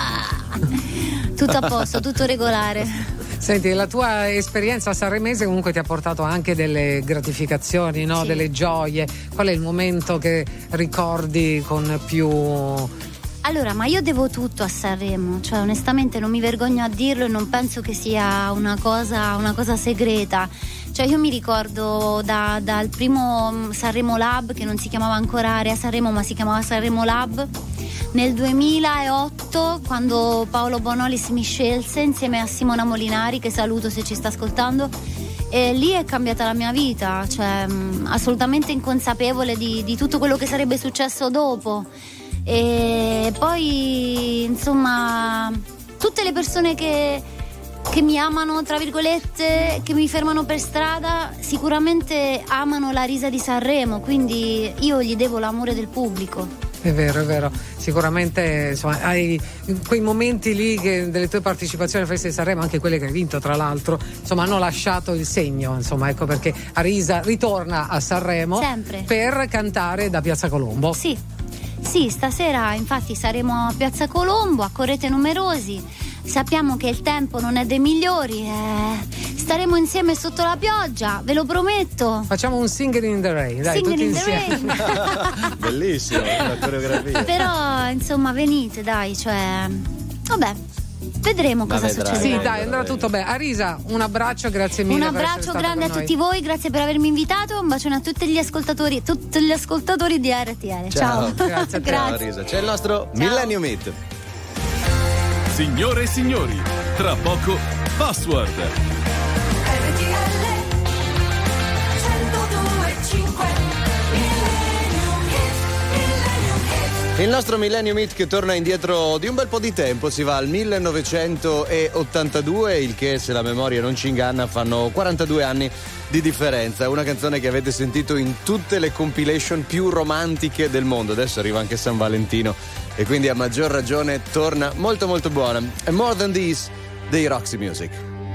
tutto a posto, tutto regolare. Senti, la tua esperienza sanremese comunque ti ha portato anche delle gratificazioni, no? Sì. Delle gioie. Qual è il momento che ricordi con più... Allora, ma io devo tutto a Sanremo, cioè onestamente non mi vergogno a dirlo e non penso che sia una cosa segreta. Cioè io mi ricordo dal primo Sanremo Lab, che non si chiamava ancora Area Sanremo ma si chiamava Sanremo Lab, nel 2008, quando Paolo Bonolis mi scelse insieme a Simona Molinari, che saluto se ci sta ascoltando, e lì è cambiata la mia vita, cioè assolutamente inconsapevole di tutto quello che sarebbe successo dopo. E poi insomma tutte le persone che mi amano, tra virgolette, che mi fermano per strada, sicuramente amano la risa di Sanremo, quindi io gli devo l'amore del pubblico. È vero, sicuramente insomma, hai quei momenti lì delle tue partecipazioni alle feste di Sanremo, anche quelle che hai vinto tra l'altro, insomma hanno lasciato il segno, insomma, ecco perché Arisa ritorna a Sanremo sempre per cantare da Piazza Colombo. Sì, stasera infatti saremo a Piazza Colombo, accorrete numerosi. Sappiamo che il tempo non è dei migliori, staremo insieme sotto la pioggia, ve lo prometto. Facciamo un Singing in the Rain, dai, Singing tutti in the insieme. Rain. Bellissimo, la coreografia. Però insomma venite, dai, cioè vabbè, vedremo cosa succederà. Sì, dai, andrà tutto bene. Arisa, un abbraccio, grazie mille. Un abbraccio grande a tutti voi, grazie per avermi invitato, un bacione a tutti gli ascoltatori di RTL. Ciao. Grazie a te, Arisa. C'è il nostro Millennium Hit. Signore e signori, tra poco Password. Il nostro Millennium Hit che torna indietro di un bel po' di tempo, si va al 1982, il che, se la memoria non ci inganna, fanno 42 anni di differenza. È una canzone che avete sentito in tutte le compilation più romantiche del mondo. Adesso arriva anche San Valentino e quindi a maggior ragione torna molto molto buona. È More Than This dei Roxy Music.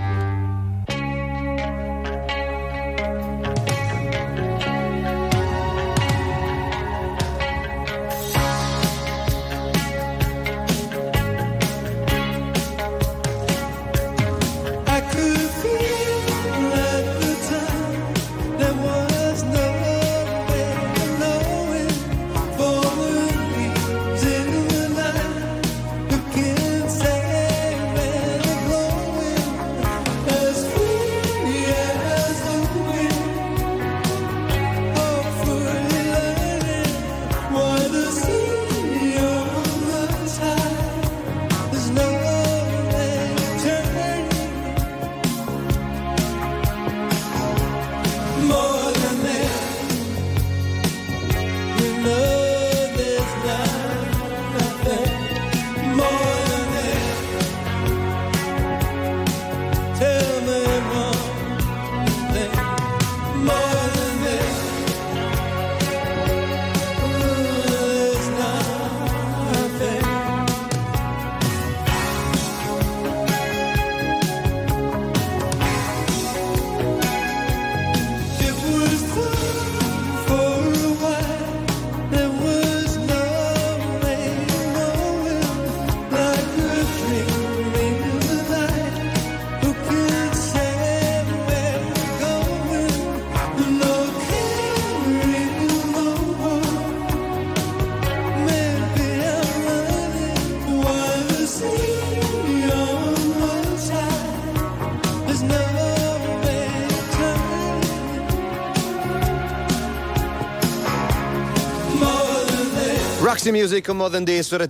Roxy Music, More Than This, RTL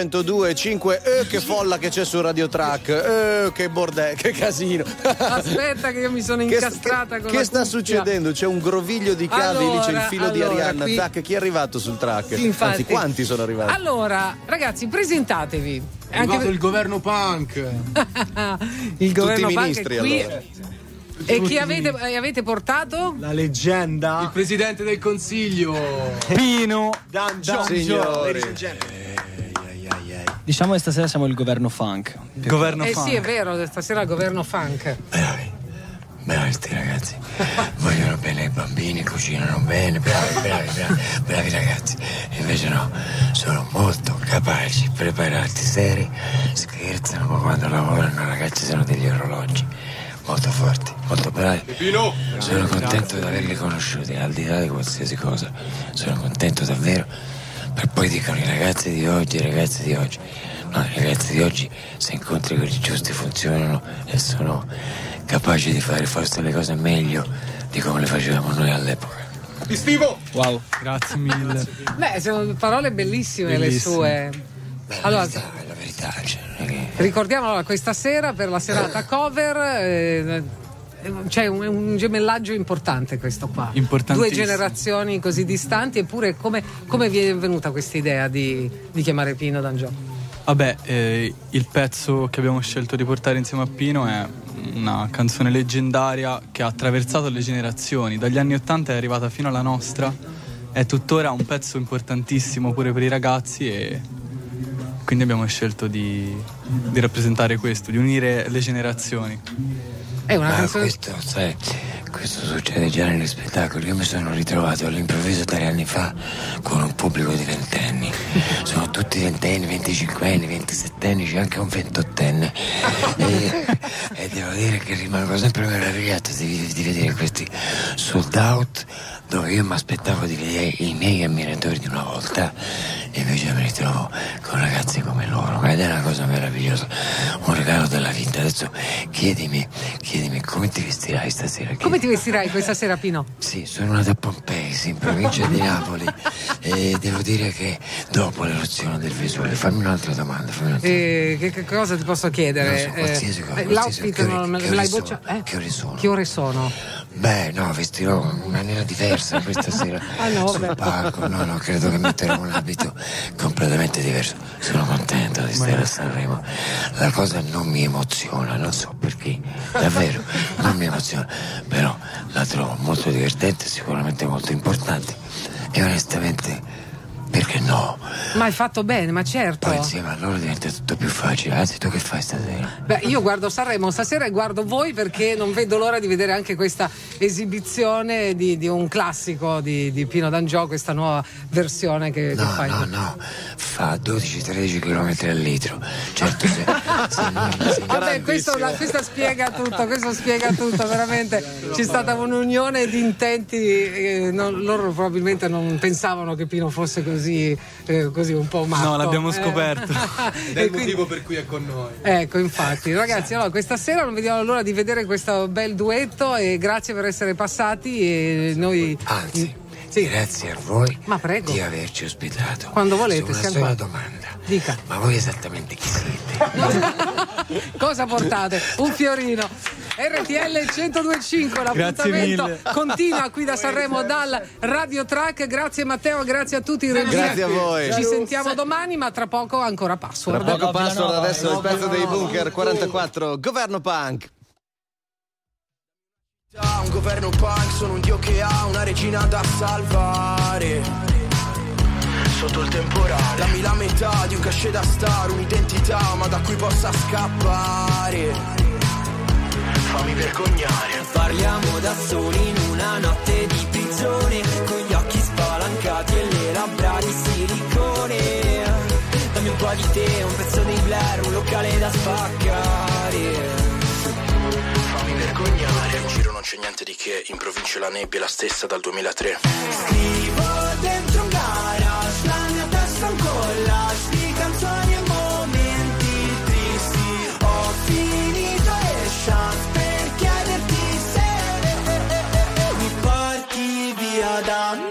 102.5. Che folla che c'è su Radio Track. Che bordello, che casino. Aspetta che io mi sono incastrata con che sta succedendo? C'è un groviglio di cavi, lì c'è il filo di Arianna. Qui... Tac, chi è arrivato sul track? Infatti. Anzi, quanti sono arrivati? Allora, ragazzi, presentatevi. È arrivato il governo punk. Il governo tutti i punk ministri, è qui. allora. E chi avete portato? La leggenda. Il presidente del consiglio. Pino D'Angio. Signori. Diciamo che stasera siamo il governo funk. Governo funk. Sì, è vero, stasera il governo funk. Bravi sti ragazzi, vogliono bene i bambini, cucinano bene, bravi ragazzi. Invece no, sono molto capaci, preparati, seri, scherzano, ma quando lavorano ragazzi sono degli orologi. Molto forti, molto bravi. Sono contento di averli conosciuti, al di là di qualsiasi cosa. Sono contento davvero. Per poi dicono i ragazzi di oggi. No, i ragazzi di oggi, se incontri quelli giusti, funzionano e sono capaci di fare forse le cose meglio di come le facevamo noi all'epoca. Stivo! Wow, grazie mille. Beh, sono parole bellissime. Le sue. Allora, è la verità, ricordiamo allora, questa sera per la serata cover c'è un gemellaggio importante questo qua. Due generazioni così distanti, eppure come vi è venuta questa idea di chiamare Pino D'Angio? Vabbè, il pezzo che abbiamo scelto di portare insieme a Pino è una canzone leggendaria che ha attraversato le generazioni. Dagli anni '80 è arrivata fino alla nostra, è tuttora un pezzo importantissimo pure per i ragazzi e quindi abbiamo scelto di rappresentare questo, di unire le generazioni. È una canzone... Questo succede già negli spettacoli. Io mi sono ritrovato all'improvviso 3 anni fa con un pubblico di 20enni. Sono tutti 20enni, 25enni, 27enni, c'è anche un 28enne. E devo dire che rimango sempre meravigliato di vedere questi sold out, dove io mi aspettavo di vedere i miei ammiratori di una volta e invece mi ritrovo con ragazzi come loro, ed è una cosa meravigliosa, un regalo della vita. Adesso chiedimi come ti vestirai stasera? Come ti vestirai questa sera, Pino? Sì, sono nato a Pompei, sì, in provincia di Napoli, e devo dire che dopo l'eruzione del Vesuvio, fammi un'altra domanda. Che cosa ti posso chiedere? So, qualsiasi cosa. L'outfit non l'hai bocciato? Che ore sono? Che ore sono? Beh, no, vestirò in maniera diversa questa sera sul palco. No, credo che metterò un abito completamente diverso. Sono contento di stare a Sanremo. La cosa non mi emoziona, non so perché, davvero non mi emoziona, però la trovo molto divertente, sicuramente molto importante e onestamente perché no? Ma hai fatto bene, ma certo. Poi insieme a loro diventa tutto più facile. Anzi, tu che fai stasera? Beh, io guardo Sanremo stasera e guardo voi perché non vedo l'ora di vedere anche questa esibizione di un classico di Pino D'Angio, questa nuova versione che fai. No, fa 12-13 km al litro. Certo, se vabbè, questo spiega tutto, veramente. C'è stata un'unione di intenti, loro probabilmente non pensavano che Pino fosse così un po' matto. No, l'abbiamo scoperto. Ed è il motivo per cui è con noi. Ecco, infatti, ragazzi, allora questa sera non vediamo l'ora di vedere questo bel duetto e grazie per essere passati e noi... Anzi, grazie a voi di averci ospitato. Quando volete, una sola domanda. Dica. Ma voi esattamente chi siete? Cosa portate? Un fiorino. RTL 102.5, l'appuntamento continua qui da Sanremo dal Radio Track. Grazie Matteo, grazie a tutti. Grazie a voi. Ci sentiamo domani, ma tra poco ancora Password. Tra poco Password, adesso il pezzo dei Bunker 44, Governo Punk. Un governo punk, sono un dio che ha una regina da salvare. Sotto il temporale, dammi la metà di un cachet da star, un'identità ma da cui possa scappare. Fammi vergognare. Parliamo da soli in una notte di prigione, con gli occhi spalancati e le labbra di silicone. Dammi un po' di te, un pezzo dei Blair, un locale da spaccare. In giro non c'è niente di che, in provincia la nebbia è la stessa dal 2003. Scrivo dentro un garage, la mia testa è un collage di canzoni e momenti tristi. Ho finito le chance per chiederti se mi porti via da me.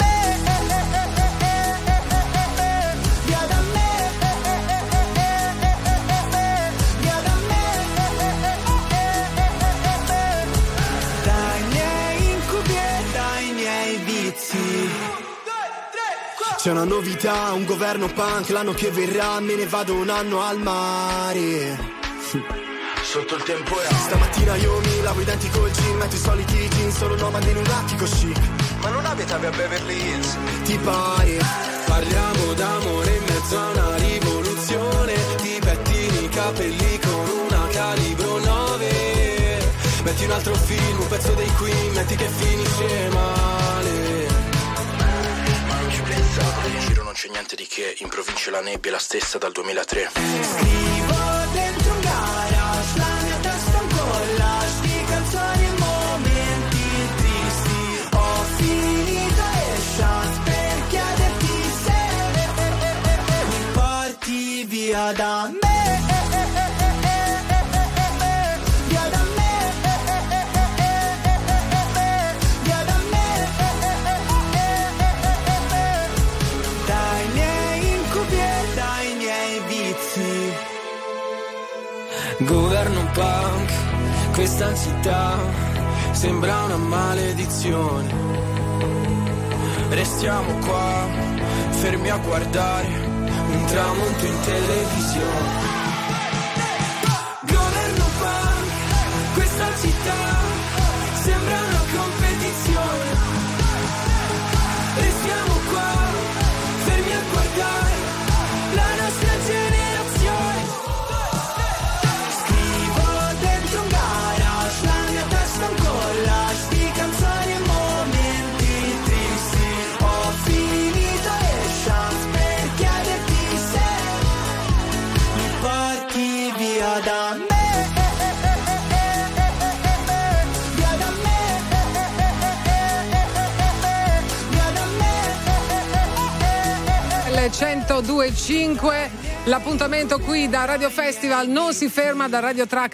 C'è una novità, un governo punk, l'anno che verrà me ne vado un anno al mare. sotto il temporale. Stamattina io mi lavo i denti col gin, metto i soliti jeans, solo nomade in un attico chic. Ma non abitavi a Beverly Hills? Ti pare? Parliamo d'amore in mezzo a una rivoluzione. Ti pettini i capelli con una calibro 9. Metti un altro film, un pezzo dei Queen, metti che finisce male. Ma non ci pensavo, in giro non c'è niente di che. In provincia la nebbia è la stessa dal 2003. Scrivo dentro un garage, la mia testa è un collage di canzoni e momenti tristi. Ho finito e chance per chiederti se mi porti via da me. Via da me. Via da me. Dai miei incubi e dai miei vizi. Governo punk, questa città sembra una maledizione. Restiamo qua, fermi a guardare un tramonto in televisione. Governo punk, questa città sembra una competizione. Restiamo qua, fermi a guardare la nostra generazione. Scrivo dentro un garage, la mia testa è un collage di canzoni e momenti tristi. Ho finito e chance per chiederti se mi porti via da me. Via da me. Via da me. 102.5. L'appuntamento qui da Radio Festival non si ferma, da Radio Track